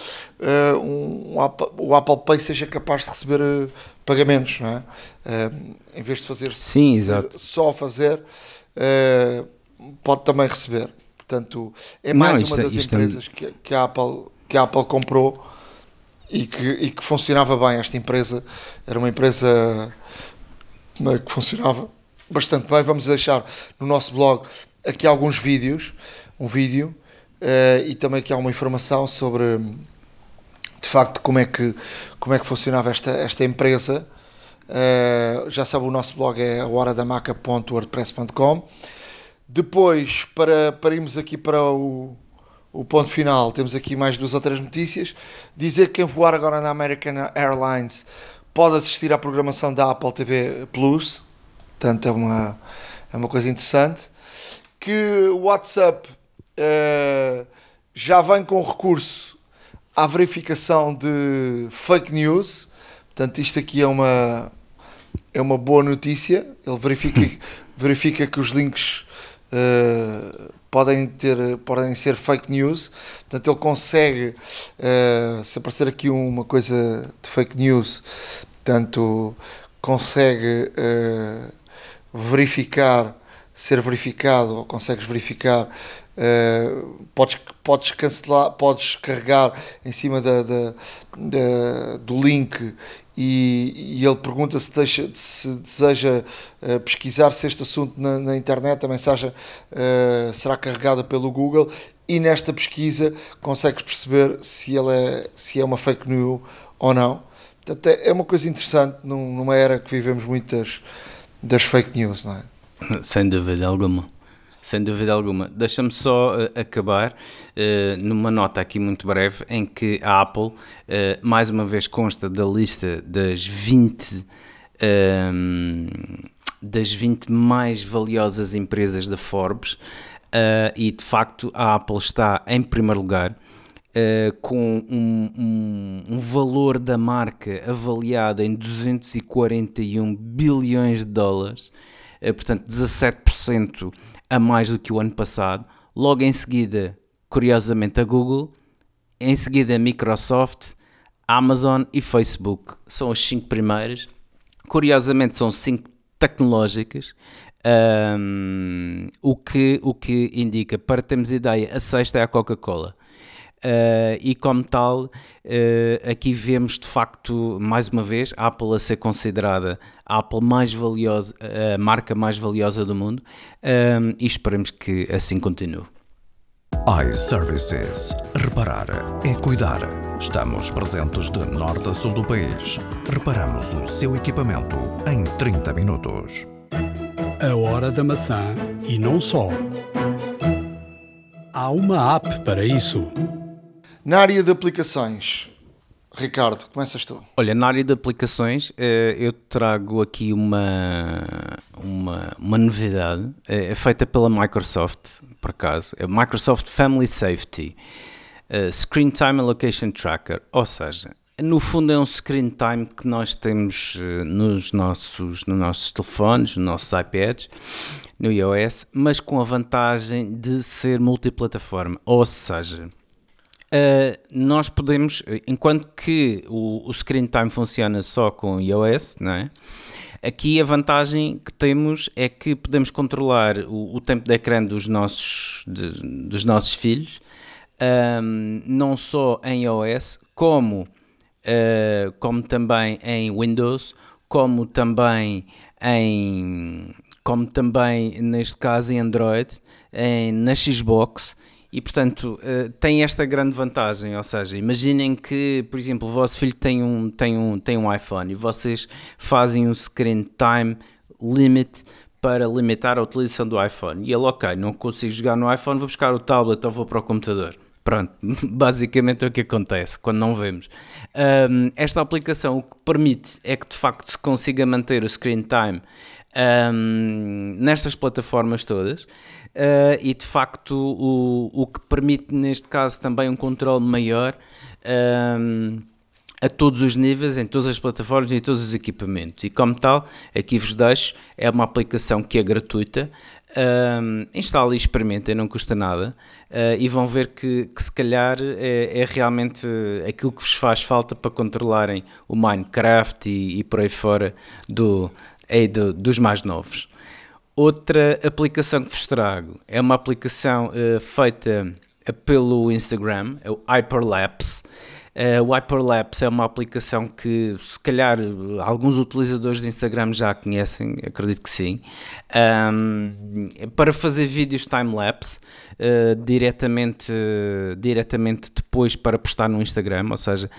Speaker 2: o Apple Pay seja capaz de receber pagamentos, não é? Em vez de fazer só fazer, pode também receber. Portanto, é mais uma das empresas que a Apple comprou e que funcionava bem. Esta empresa era uma empresa que funcionava bastante bem. Vamos deixar no nosso blog aqui alguns vídeos, um vídeo, e também aqui há uma informação sobre, de facto, como é que funcionava esta empresa. Já sabe, o nosso blog é ahoradamaca.wordpress.com. Depois, para irmos aqui para o ponto final, temos aqui mais 2 ou 3 notícias. Dizer que quem voar agora na American Airlines pode assistir à programação da Apple TV Plus, portanto é uma coisa interessante. Que o WhatsApp já vem com recurso à verificação de fake news, portanto isto aqui é uma boa notícia. Ele verifica que os links podem ser fake news, portanto ele consegue, se aparecer aqui uma coisa de fake news, portanto consegue ser verificado, ou consegues verificar, podes cancelar, podes carregar em cima do link e ele pergunta se deseja pesquisar se este assunto na internet. A mensagem será carregada pelo Google e nesta pesquisa consegues perceber se é uma fake news ou não. Portanto, é uma coisa interessante numa era que vivemos muitas das fake news, não é?
Speaker 4: Sem dúvida alguma. Deixa-me só acabar numa nota aqui muito breve em que a Apple mais uma vez consta da lista das 20 mais valiosas empresas da Forbes, e de facto a Apple está em primeiro lugar, com um valor da marca avaliado em 241 bilhões de dólares, portanto 17% a mais do que o ano passado. Logo em seguida, curiosamente, a Google, em seguida a Microsoft, Amazon e Facebook. São as 5 primeiras. Curiosamente são 5 tecnológicas, o que indica, para termos ideia, a sexta é a Coca-Cola. E como tal, aqui vemos de facto, mais uma vez, a Apple a ser considerada a Apple mais valiosa, a marca mais valiosa do mundo, e esperemos que assim continue.
Speaker 3: iServices. Reparar é cuidar. Estamos presentes de norte a sul do país. Reparamos o seu equipamento em 30 minutos.
Speaker 1: A Hora da Maçã e não só. Há uma app para isso.
Speaker 2: Na área de aplicações, Ricardo, começas tu.
Speaker 4: Olha, na área de aplicações, eu trago aqui uma novidade, feita pela Microsoft, por acaso, é o Microsoft Family Safety, Screen Time Location Tracker, ou seja, no fundo é um screen time que nós temos nos nossos telefones, nos nossos iPads, no iOS, mas com a vantagem de ser multiplataforma, ou seja, Nós podemos, enquanto que o Screen Time funciona só com iOS, não é? Aqui a vantagem que temos é que podemos controlar o tempo de ecrã dos nossos filhos, não só em iOS, como também em Windows, como também neste caso em Android, na Xbox. E, portanto, tem esta grande vantagem, ou seja, imaginem que, por exemplo, o vosso filho tem um iPhone e vocês fazem um screen time limit para limitar a utilização do iPhone. E ele, ok, não consigo jogar no iPhone, vou buscar o tablet ou vou para o computador. Pronto, basicamente é o que acontece quando não vemos. Esta aplicação o que permite é que, de facto, se consiga manter o screen time nestas plataformas todas. E de facto o que permite neste caso também um controle maior a todos os níveis, em todas as plataformas e em todos os equipamentos, e como tal, aqui vos deixo, é uma aplicação que é gratuita. Instalem e experimentem, não custa nada, e vão ver que se calhar é realmente aquilo que vos faz falta para controlarem o Minecraft e por aí fora dos mais novos. Outra aplicação que vos trago é uma aplicação feita pelo Instagram, é o Hyperlapse. O Hyperlapse é uma aplicação que se calhar alguns utilizadores de Instagram já conhecem, acredito que sim, para fazer vídeos time-lapse diretamente depois para postar no Instagram, ou seja,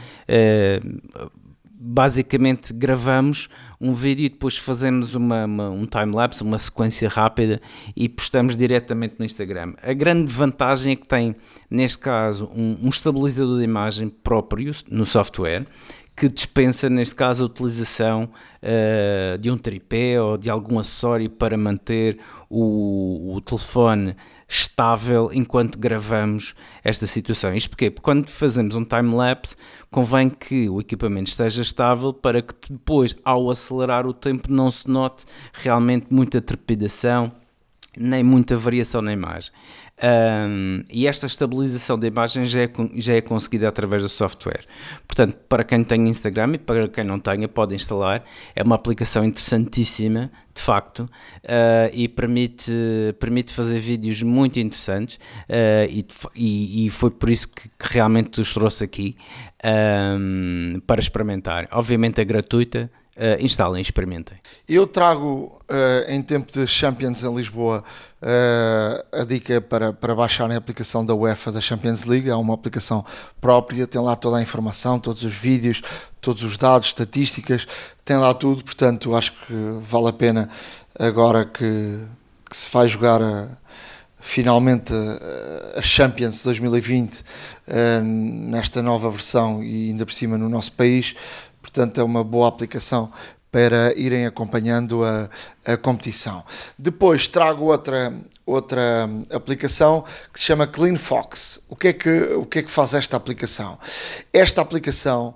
Speaker 4: basicamente gravamos um vídeo e depois fazemos um time-lapse, uma sequência rápida e postamos diretamente no Instagram. A grande vantagem é que tem, neste caso, um estabilizador de imagem próprio no software, que dispensa, neste caso, a utilização de um tripé ou de algum acessório para manter o telefone estável enquanto gravamos esta situação. Isto porque quando fazemos um time-lapse convém que o equipamento esteja estável para que depois, ao acelerar o tempo, não se note realmente muita trepidação nem muita variação na imagem. E esta estabilização da imagem já é conseguida através do software. Portanto, para quem tem Instagram e para quem não tenha, pode instalar. É uma aplicação interessantíssima, de facto, e permite fazer vídeos muito interessantes, e foi por isso que realmente os trouxe aqui para experimentar. Obviamente é gratuita. Instalem e experimentem.
Speaker 2: Eu trago, em tempo de Champions em Lisboa, a dica para baixarem a aplicação da UEFA da Champions League. Há uma aplicação própria, tem lá toda a informação, todos os vídeos, todos os dados, estatísticas, tem lá tudo. Portanto, acho que vale a pena, agora que se vai jogar finalmente a Champions 2020 nesta nova versão e ainda por cima no nosso país. Portanto, é uma boa aplicação para irem acompanhando a competição. Depois trago outra aplicação que se chama CleanFox. O que é que faz esta aplicação? Esta aplicação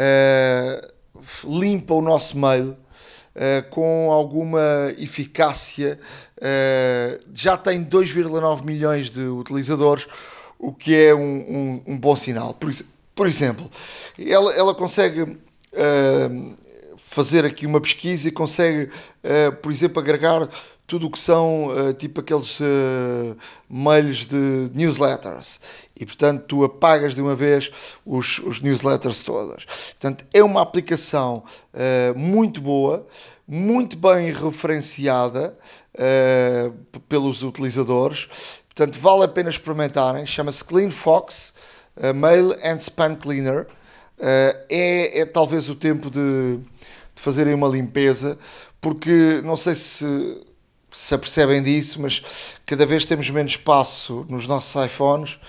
Speaker 2: limpa o nosso mail com alguma eficácia. Já tem 2,9 milhões de utilizadores, o que é um bom sinal. Por exemplo, ela consegue fazer aqui uma pesquisa e consegue, por exemplo, agregar tudo o que são tipo aqueles mails de newsletters, e portanto tu apagas de uma vez os newsletters todas. Portanto, é uma aplicação muito boa, muito bem referenciada pelos utilizadores. Portanto, vale a pena experimentarem. Chama-se CleanFox Mail and Spam Cleaner. É talvez o tempo de fazerem uma limpeza, porque não sei se apercebem disso, mas cada vez temos menos espaço nos nossos iPhones,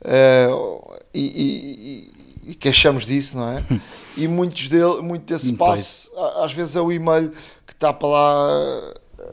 Speaker 2: e queixamos disso, não é? E muito desse espaço às vezes é o e-mail que está para lá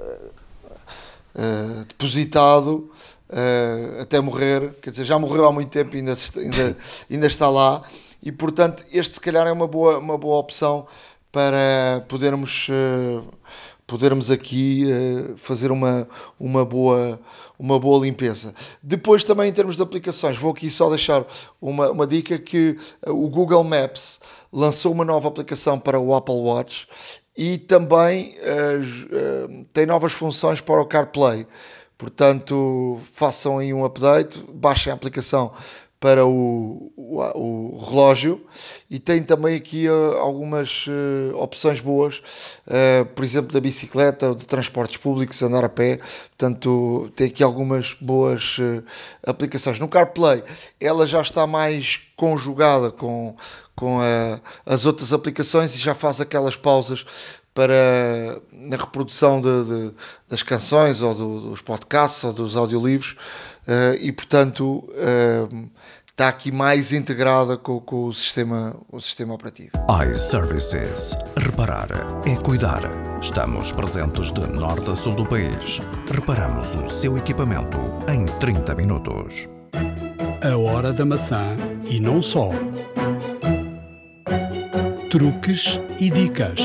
Speaker 2: depositado até morrer, quer dizer, já morreu há muito tempo e ainda está lá. E, portanto, este se calhar é uma boa opção para podermos podermos aqui fazer uma boa limpeza. Depois também em termos de aplicações, vou aqui só deixar uma dica que o Google Maps lançou uma nova aplicação para o Apple Watch e também tem novas funções para o CarPlay. Portanto, façam aí um update, baixem a aplicação para o relógio e tem também aqui algumas opções boas, por exemplo, da bicicleta, de transportes públicos, andar a pé. Portanto, tem aqui algumas boas aplicações. No CarPlay, ela já está mais conjugada com as outras aplicações e já faz aquelas pausas na reprodução das canções ou dos podcasts ou dos audiolivros, e portanto está aqui mais integrada com o sistema operativo.
Speaker 3: iServices. Reparar é cuidar. Estamos presentes de norte a sul do país. Reparamos o seu equipamento em 30 minutos.
Speaker 1: A hora da maçã e não só. Truques e dicas.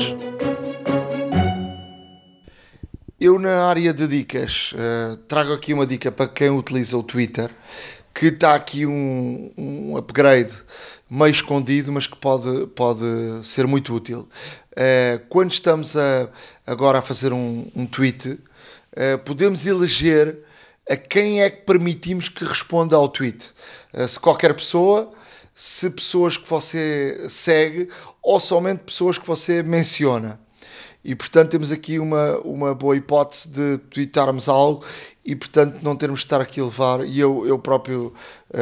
Speaker 2: Eu, na área de dicas, trago aqui uma dica para quem utiliza o Twitter, que está aqui um upgrade meio escondido, mas que pode ser muito útil. Quando estamos agora a fazer um tweet, podemos eleger a quem é que permitimos que responda ao tweet. Se qualquer pessoa, se pessoas que você segue ou somente pessoas que você menciona. E, portanto, temos aqui uma boa hipótese de tweetarmos algo e, portanto, não termos de estar aqui a levar. E eu próprio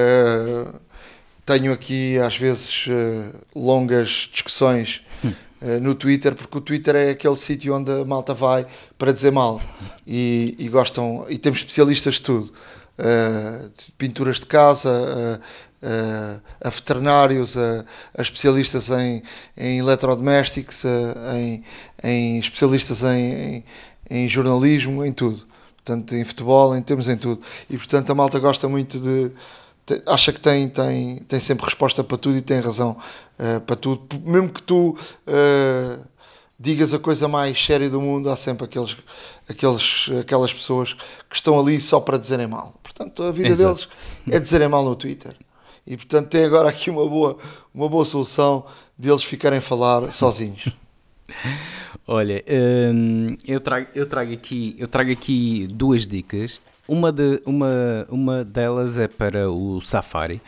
Speaker 2: tenho aqui, às vezes, longas discussões no Twitter, porque o Twitter é aquele sítio onde a malta vai para dizer mal. E gostam, e temos especialistas de tudo. De pinturas de casa, a veterinários, a especialistas em eletrodomésticos, em especialistas em jornalismo, em tudo. Portanto, em futebol, temos em tudo. E, portanto, a malta gosta muito acha que tem sempre resposta para tudo e tem razão para tudo. Mesmo que tu digas a coisa mais séria do mundo, há sempre aquelas pessoas que estão ali só para dizerem mal. Portanto, a vida deles é dizerem mal no Twitter. E, portanto, tem agora aqui uma boa solução de eles ficarem a falar sozinhos.
Speaker 4: Olha, eu trago aqui duas dicas. Uma delas é para o Safari,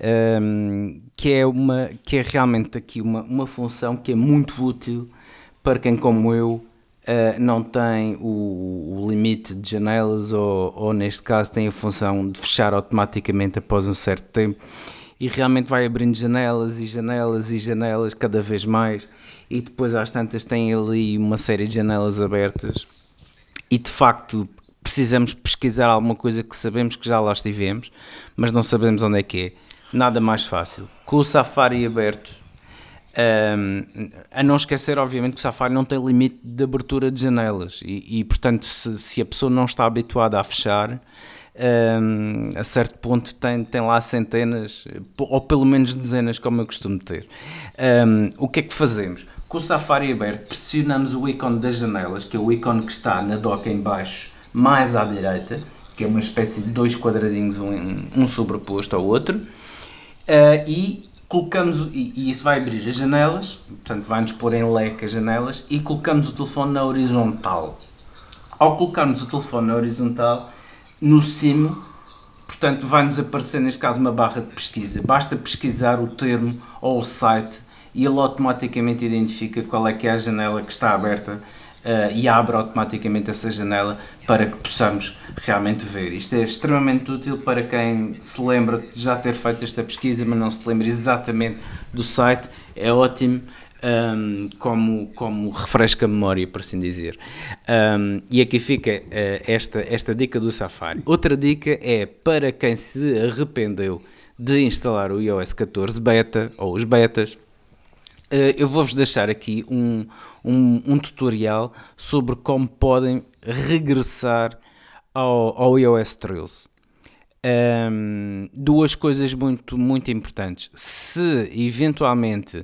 Speaker 4: que é realmente aqui uma função que é muito útil para quem, como eu, não tem o limite de janelas ou neste caso tem a função de fechar automaticamente após um certo tempo e realmente vai abrindo janelas e janelas e janelas cada vez mais e depois às tantas tem ali uma série de janelas abertas e de facto precisamos pesquisar alguma coisa que sabemos que já lá estivemos, mas não sabemos onde é que é. Nada mais fácil. Com o Safari aberto, a não esquecer, obviamente, que o Safari não tem limite de abertura de janelas e portanto, se a pessoa não está habituada a fechar, a certo ponto tem lá centenas, ou pelo menos dezenas, como eu costumo ter. O que é que fazemos? Com o Safari aberto, pressionamos o ícone das janelas, que é o ícone que está na dock em baixo, mais à direita, que é uma espécie de dois quadradinhos, um sobreposto ao outro, e colocamos, e isso vai abrir as janelas, portanto vai-nos pôr em leque as janelas, e colocamos o telefone na horizontal. Ao colocarmos o telefone na horizontal, no cimo, portanto vai-nos aparecer neste caso uma barra de pesquisa, basta pesquisar o termo ou o site e ele automaticamente identifica qual é que é a janela que está aberta e abre automaticamente essa janela para que possamos realmente ver. Isto é extremamente útil para quem se lembra de já ter feito esta pesquisa, mas não se lembra exatamente do site. É ótimo como refresca a memória, por assim dizer. E aqui fica esta dica do Safari. Outra dica é para quem se arrependeu de instalar o iOS 14 Beta, ou os betas. Eu vou-vos deixar aqui um tutorial sobre como podem regressar ao iOS 13. Duas coisas muito importantes. Se eventualmente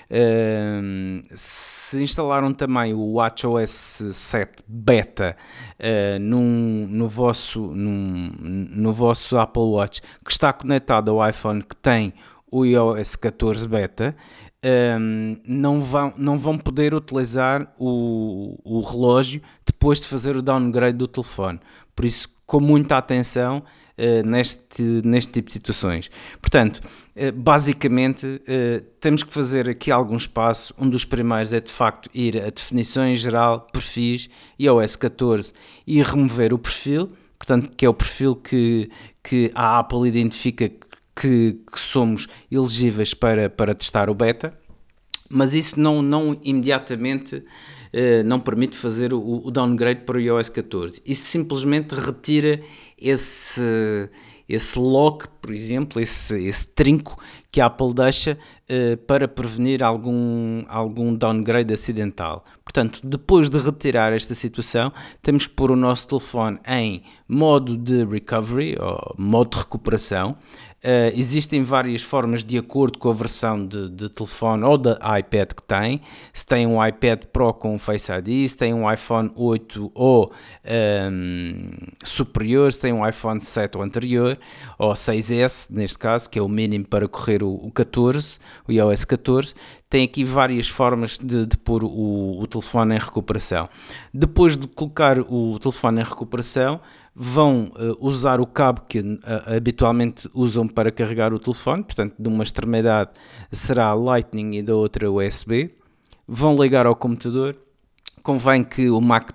Speaker 4: se instalaram também o WatchOS 7 Beta no vosso Apple Watch, que está conectado ao iPhone que tem o iOS 14 Beta, não vão poder utilizar o relógio depois de fazer o downgrade do telefone. Por isso, com muita atenção neste tipo de situações. Portanto, basicamente, temos que fazer aqui alguns passos. Um dos primeiros é, de facto, ir a definições geral, perfis, iOS 14 e remover o perfil, portanto, que é o perfil que a Apple identifica que somos elegíveis para testar o beta, mas isso não imediatamente não permite fazer o downgrade para o iOS 14. Isso simplesmente retira esse lock, por exemplo, esse trinco que a Apple deixa para prevenir algum downgrade acidental. Portanto, depois de retirar esta situação, temos que pôr o nosso telefone em modo de recovery, ou modo de recuperação. Existem várias formas de acordo com a versão de telefone ou de iPad que tem. Se tem um iPad Pro com Face ID, se tem um iPhone 8 ou superior, se tem um iPhone 7 ou anterior, ou 6S neste caso, que é o mínimo para correr o 14, o iOS 14, tem aqui várias formas de pôr o telefone em recuperação. Depois de colocar o telefone em recuperação, vão usar o cabo que habitualmente usam para carregar o telefone, portanto, de uma extremidade será Lightning e da outra USB. Vão ligar ao computador. Convém que o Mac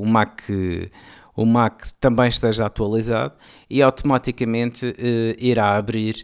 Speaker 4: também esteja atualizado e automaticamente irá abrir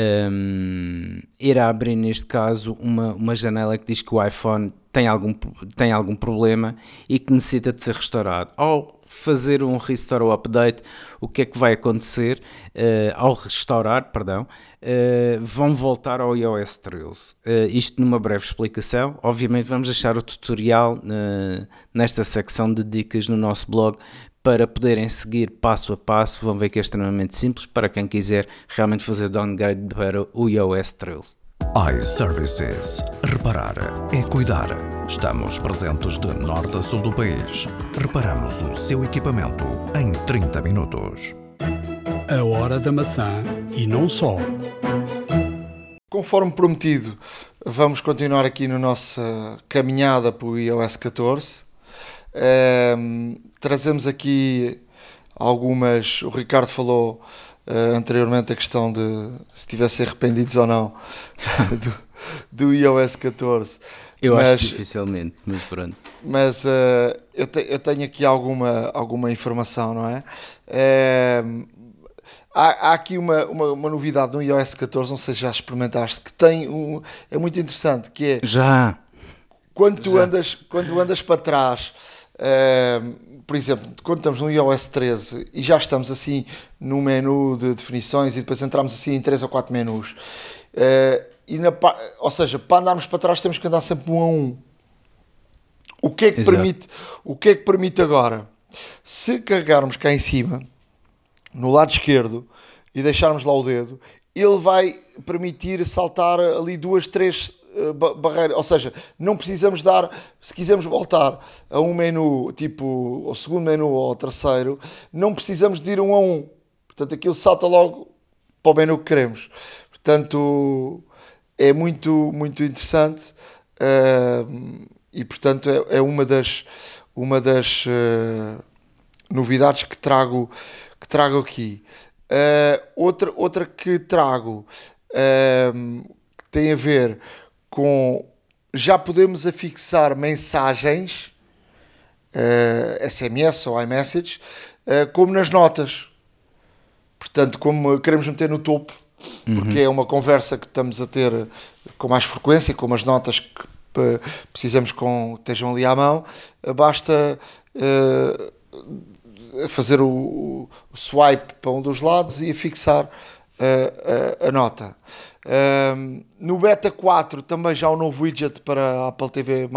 Speaker 4: neste caso uma janela que diz que o iPhone tem algum problema e que necessita de ser restaurado. Ao fazer um restore ou update, o que é que vai acontecer? Ao restaurar, vão voltar ao iOS 13. Isto numa breve explicação. Obviamente vamos deixar o tutorial nesta secção de dicas no nosso blog para poderem seguir passo a passo. Vão ver que é extremamente simples para quem quiser realmente fazer downgrade para o iOS 13.
Speaker 3: iServices. Reparar é cuidar. Estamos presentes de norte a sul do país. Reparamos o seu equipamento em 30 minutos.
Speaker 1: A hora da maçã e não só.
Speaker 2: Conforme prometido, vamos continuar aqui na nossa caminhada para o iOS 14. Trazemos aqui algumas. O Ricardo falou anteriormente a questão de se tivessem arrependidos ou não do iOS 14.
Speaker 4: Eu acho que dificilmente, mas pronto.
Speaker 2: Mas eu tenho aqui alguma informação, não é? Há aqui uma novidade no iOS 14, não sei se já experimentaste, que tem é muito interessante, que é...
Speaker 4: Já!
Speaker 2: Quando tu andas para trás... por exemplo, quando estamos no iOS 13 e já estamos assim no menu de definições e depois entramos assim em 3 ou 4 menus, ou seja, para andarmos para trás temos que andar sempre um a um. O que é que permite agora? Se carregarmos cá em cima, no lado esquerdo, e deixarmos lá o dedo, ele vai permitir saltar ali 2, 3 barreiras, ou seja, não precisamos dar, se quisermos voltar a um menu, tipo ao segundo menu ou ao terceiro, não precisamos de ir um a um, portanto aquilo salta logo para o menu que queremos. Portanto é muito interessante e portanto é uma das novidades que trago aqui. Outra que trago que tem a ver com, já podemos afixar mensagens SMS ou iMessage como nas notas, portanto como queremos meter no topo, porque é uma conversa que estamos a ter com mais frequência, como as notas que precisamos que estejam ali à mão, basta fazer o swipe para um dos lados e afixar a nota. No Beta 4 também já há um novo widget para a Apple TV+,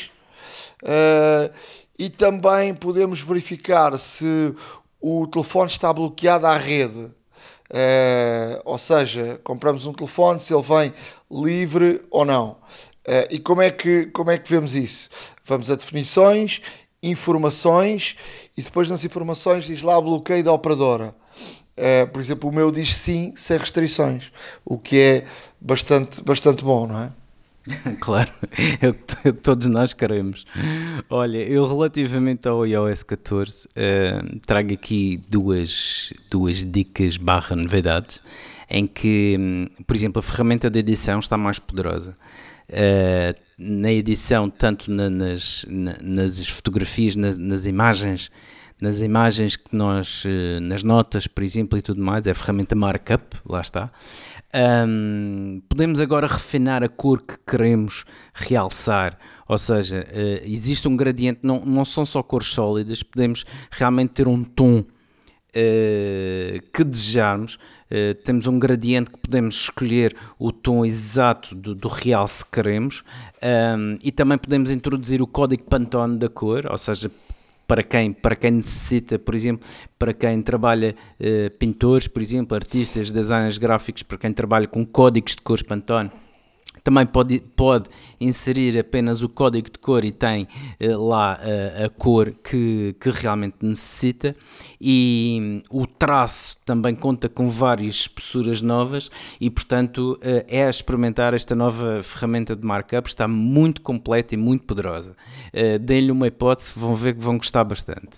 Speaker 2: e também podemos verificar se o telefone está bloqueado à rede. Ou seja, compramos um telefone, se ele vem livre ou não. E como é que vemos isso? Vamos a definições, informações, e depois nas informações diz lá bloqueio da operadora. Por exemplo, o meu diz sim, sem restrições, o que é bastante bom, não é?
Speaker 4: Claro, é o que todos nós queremos. Olha, eu relativamente ao iOS 14 trago aqui duas dicas / novidades, em que, por exemplo, a ferramenta de edição está mais poderosa. Na edição, tanto nas fotografias, nas imagens que nós, nas notas, por exemplo, e tudo mais, é a ferramenta Markup, lá está. Podemos agora refinar a cor que queremos realçar, ou seja, existe um gradiente, não são só cores sólidas, podemos realmente ter um tom que desejarmos. Temos um gradiente que podemos escolher o tom exato do realce que queremos, e também podemos introduzir o código Pantone da cor, ou seja, para quem necessita, por exemplo, para quem trabalha, pintores, por exemplo, artistas, designers gráficos, para quem trabalha com códigos de cores Pantone, também pode inserir apenas o código de cor e tem lá a cor que realmente necessita. E o traço também conta com várias espessuras novas e, portanto, é a experimentar esta nova ferramenta de markup. Está muito completa e muito poderosa. Deem-lhe uma hipótese, vão ver que vão gostar bastante.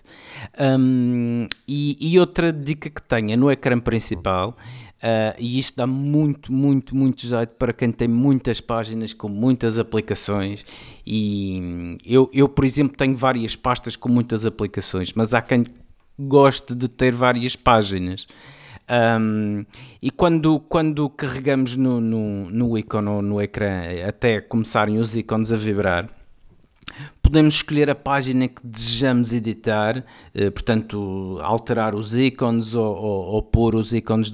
Speaker 4: E outra dica que tenho é no ecrã principal. E isto dá muito jeito para quem tem muitas páginas com muitas aplicações, e eu, por exemplo, tenho várias pastas com muitas aplicações, mas há quem goste de ter várias páginas. E quando carregamos no ícone ou no ecrã, até começarem os ícones a vibrar, podemos escolher a página que desejamos editar, portanto, alterar os ícones ou pôr os ícones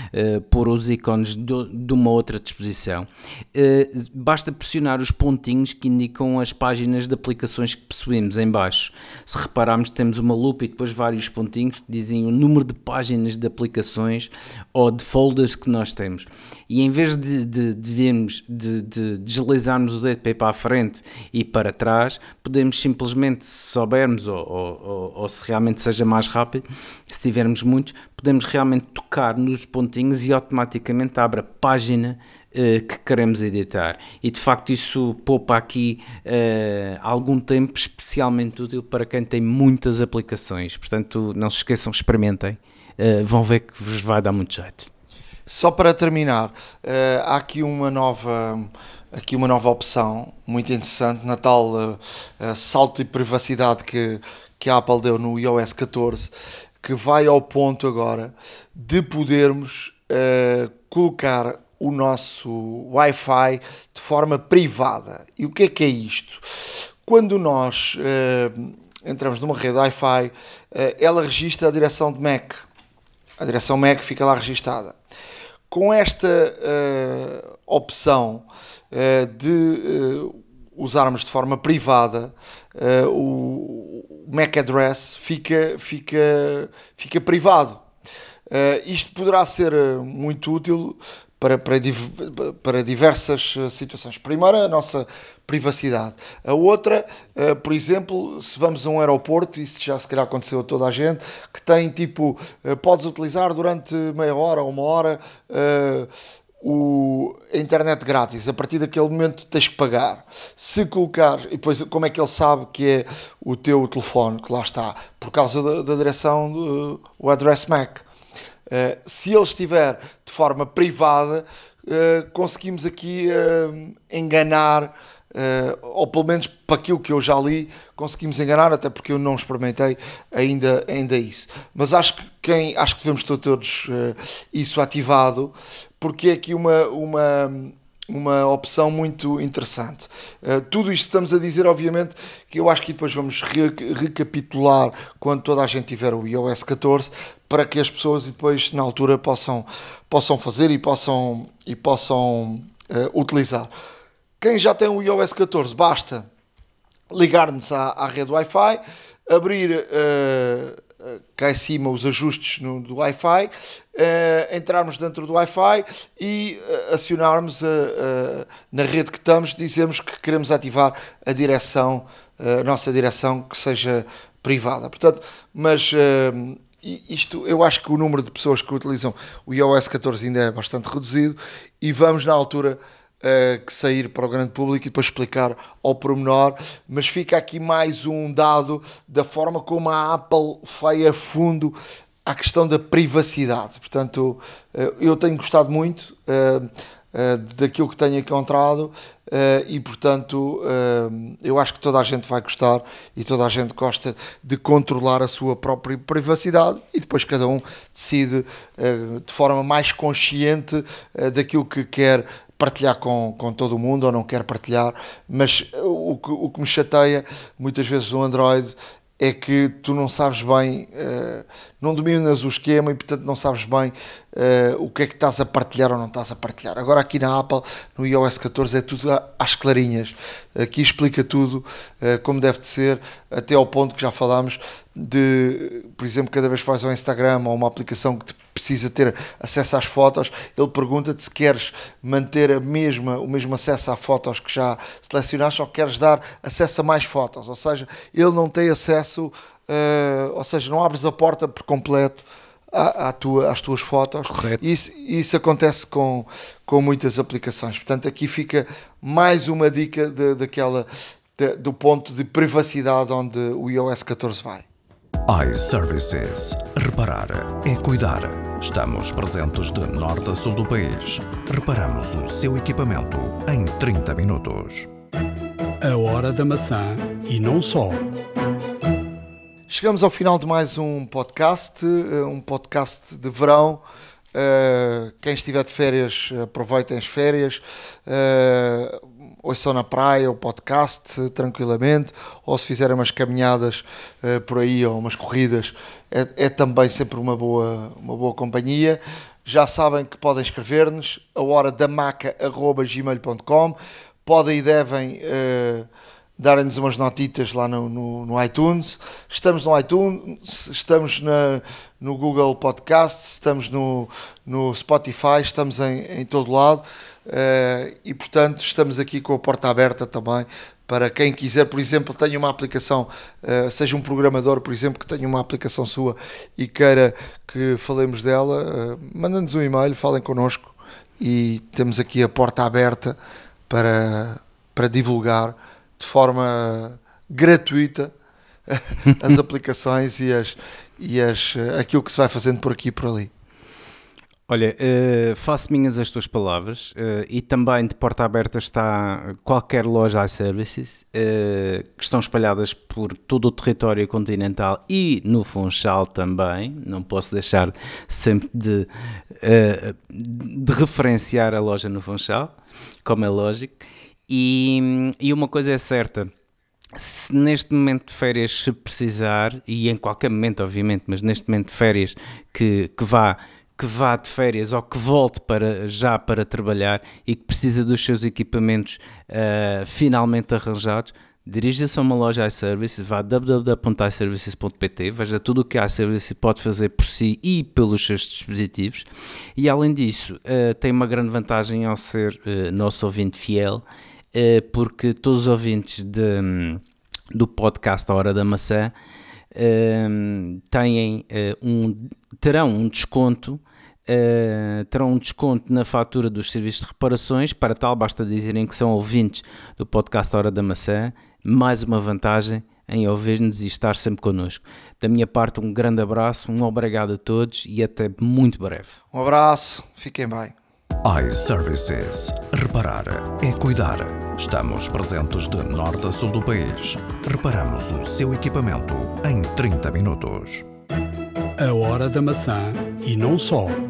Speaker 4: de uma outra disposição. Basta pressionar os pontinhos que indicam as páginas de aplicações que possuímos em baixo. Se repararmos, temos uma lupa e depois vários pontinhos que dizem o número de páginas de aplicações ou de folders que nós temos. E em vez de deslizarmos o dedo para a frente e para trás, podemos simplesmente, se soubermos ou se realmente seja mais rápido, se tivermos muitos, podemos realmente tocar nos pontinhos e automaticamente abre a página que queremos editar. E de facto isso poupa aqui algum tempo, especialmente útil para quem tem muitas aplicações. Portanto, não se esqueçam, experimentem, vão ver que vos vai dar muito jeito.
Speaker 2: Só para terminar, há aqui uma nova opção muito interessante na tal salto de privacidade que a Apple deu no iOS 14, que vai ao ponto agora de podermos colocar o nosso Wi-Fi de forma privada. E o que é isto? Quando nós entramos numa rede Wi-Fi, ela registra a direção de MAC. A direção MAC fica lá registada. Com esta opção de usarmos de forma privada, o MAC address fica privado. Isto poderá ser muito útil para diversas situações. Primeiro, a nossa privacidade. A outra, por exemplo, se vamos a um aeroporto, isso já se calhar aconteceu a toda a gente, que tem tipo, podes utilizar durante meia hora ou uma hora a internet grátis. A partir daquele momento tens que pagar. Se colocar, e depois como é que ele sabe que é o teu telefone que lá está? Por causa da direção do address MAC. Se ele estiver de forma privada, conseguimos aqui enganar, ou pelo menos para aquilo que eu já li, conseguimos enganar, até porque eu não experimentei ainda isso. Mas acho que devemos ter todos isso ativado, porque é aqui uma opção muito interessante. Tudo isto que estamos a dizer, obviamente, que eu acho que depois vamos recapitular quando toda a gente tiver o iOS 14, para que as pessoas depois, na altura, possam fazer e possam utilizar. Quem já tem o iOS 14, basta ligar-nos à rede Wi-Fi, abrir cá em cima os ajustes do Wi-Fi, entrarmos dentro do Wi-Fi e acionarmos na rede que estamos, dizemos que queremos ativar a direção, a nossa direção que seja privada. Portanto, mas isto, eu acho que o número de pessoas que utilizam o iOS 14 ainda é bastante reduzido e vamos na altura que sair para o grande público e depois explicar ao pormenor, mas fica aqui mais um dado da forma como a Apple vai a fundo à questão da privacidade. Portanto, eu tenho gostado muito daquilo que tenho encontrado e, portanto, eu acho que toda a gente vai gostar e toda a gente gosta de controlar a sua própria privacidade e depois cada um decide de forma mais consciente daquilo que quer partilhar com todo o mundo ou não quer partilhar, mas o que me chateia muitas vezes no Android é que tu não sabes bem, não dominas o esquema e portanto não sabes bem o que é que estás a partilhar ou não estás a partilhar. Agora aqui na Apple, no iOS 14 é tudo às clarinhas, aqui explica tudo como deve de ser, até ao ponto que já falámos de, por exemplo, cada vez que vais ao Instagram ou uma aplicação que te precisa ter acesso às fotos, ele pergunta-te se queres manter o mesmo acesso a fotos que já selecionaste ou queres dar acesso a mais fotos, ou seja, ele não tem acesso, ou seja, não abres a porta por completo às tuas fotos.
Speaker 4: Correto.
Speaker 2: Isso acontece com muitas aplicações, portanto aqui fica mais uma dica do ponto de privacidade onde o iOS 14 vai.
Speaker 3: iServices. Reparar é cuidar. Estamos presentes de norte a sul do país. Reparamos o seu equipamento em 30 minutos.
Speaker 1: A hora da maçã e não só.
Speaker 2: Chegamos ao final de mais um podcast de verão. Quem estiver de férias, aproveitem as férias. Ouçam na praia o podcast tranquilamente, ou se fizerem umas caminhadas por aí ou umas corridas, é também sempre uma boa companhia. Já sabem que podem escrever-nos ahoradamaca@gmail.com, podem e devem darem-nos umas notitas lá no iTunes. Estamos no iTunes, estamos no Google Podcast, estamos no Spotify, estamos em todo lado. E portanto estamos aqui com a porta aberta também para quem quiser, por exemplo, tenha uma aplicação, seja um programador, por exemplo, que tenha uma aplicação sua e queira que falemos dela, mandem-nos um e-mail, falem connosco e temos aqui a porta aberta para divulgar de forma gratuita as aplicações e aquilo que se vai fazendo por aqui e por ali.
Speaker 4: Olha, faço minhas as tuas palavras e também de porta aberta está qualquer loja iServices que estão espalhadas por todo o território continental e no Funchal também. Não posso deixar sempre de referenciar a loja no Funchal, como é lógico. E uma coisa é certa, se neste momento de férias se precisar, e em qualquer momento obviamente, mas neste momento de férias que vá de férias ou que volte para trabalhar e que precisa dos seus equipamentos finalmente arranjados, dirija-se a uma loja iServices, vá a www.iServices.pt, veja tudo o que a iServices pode fazer por si e pelos seus dispositivos, e além disso tem uma grande vantagem ao ser nosso ouvinte fiel, porque todos os ouvintes do podcast A Hora da Maçã terão um desconto na fatura dos serviços de reparações. Para tal, basta dizerem que são ouvintes do podcast A Hora da Maçã. Mais uma vantagem em ouvir-nos e estar sempre connosco. Da minha parte, um grande abraço, um obrigado a todos e até muito breve.
Speaker 2: Um abraço, fiquem bem.
Speaker 3: iServices. Reparar é cuidar. Estamos presentes de norte a sul do país. Reparamos o seu equipamento em 30 minutos.
Speaker 1: A hora da maçã e não só.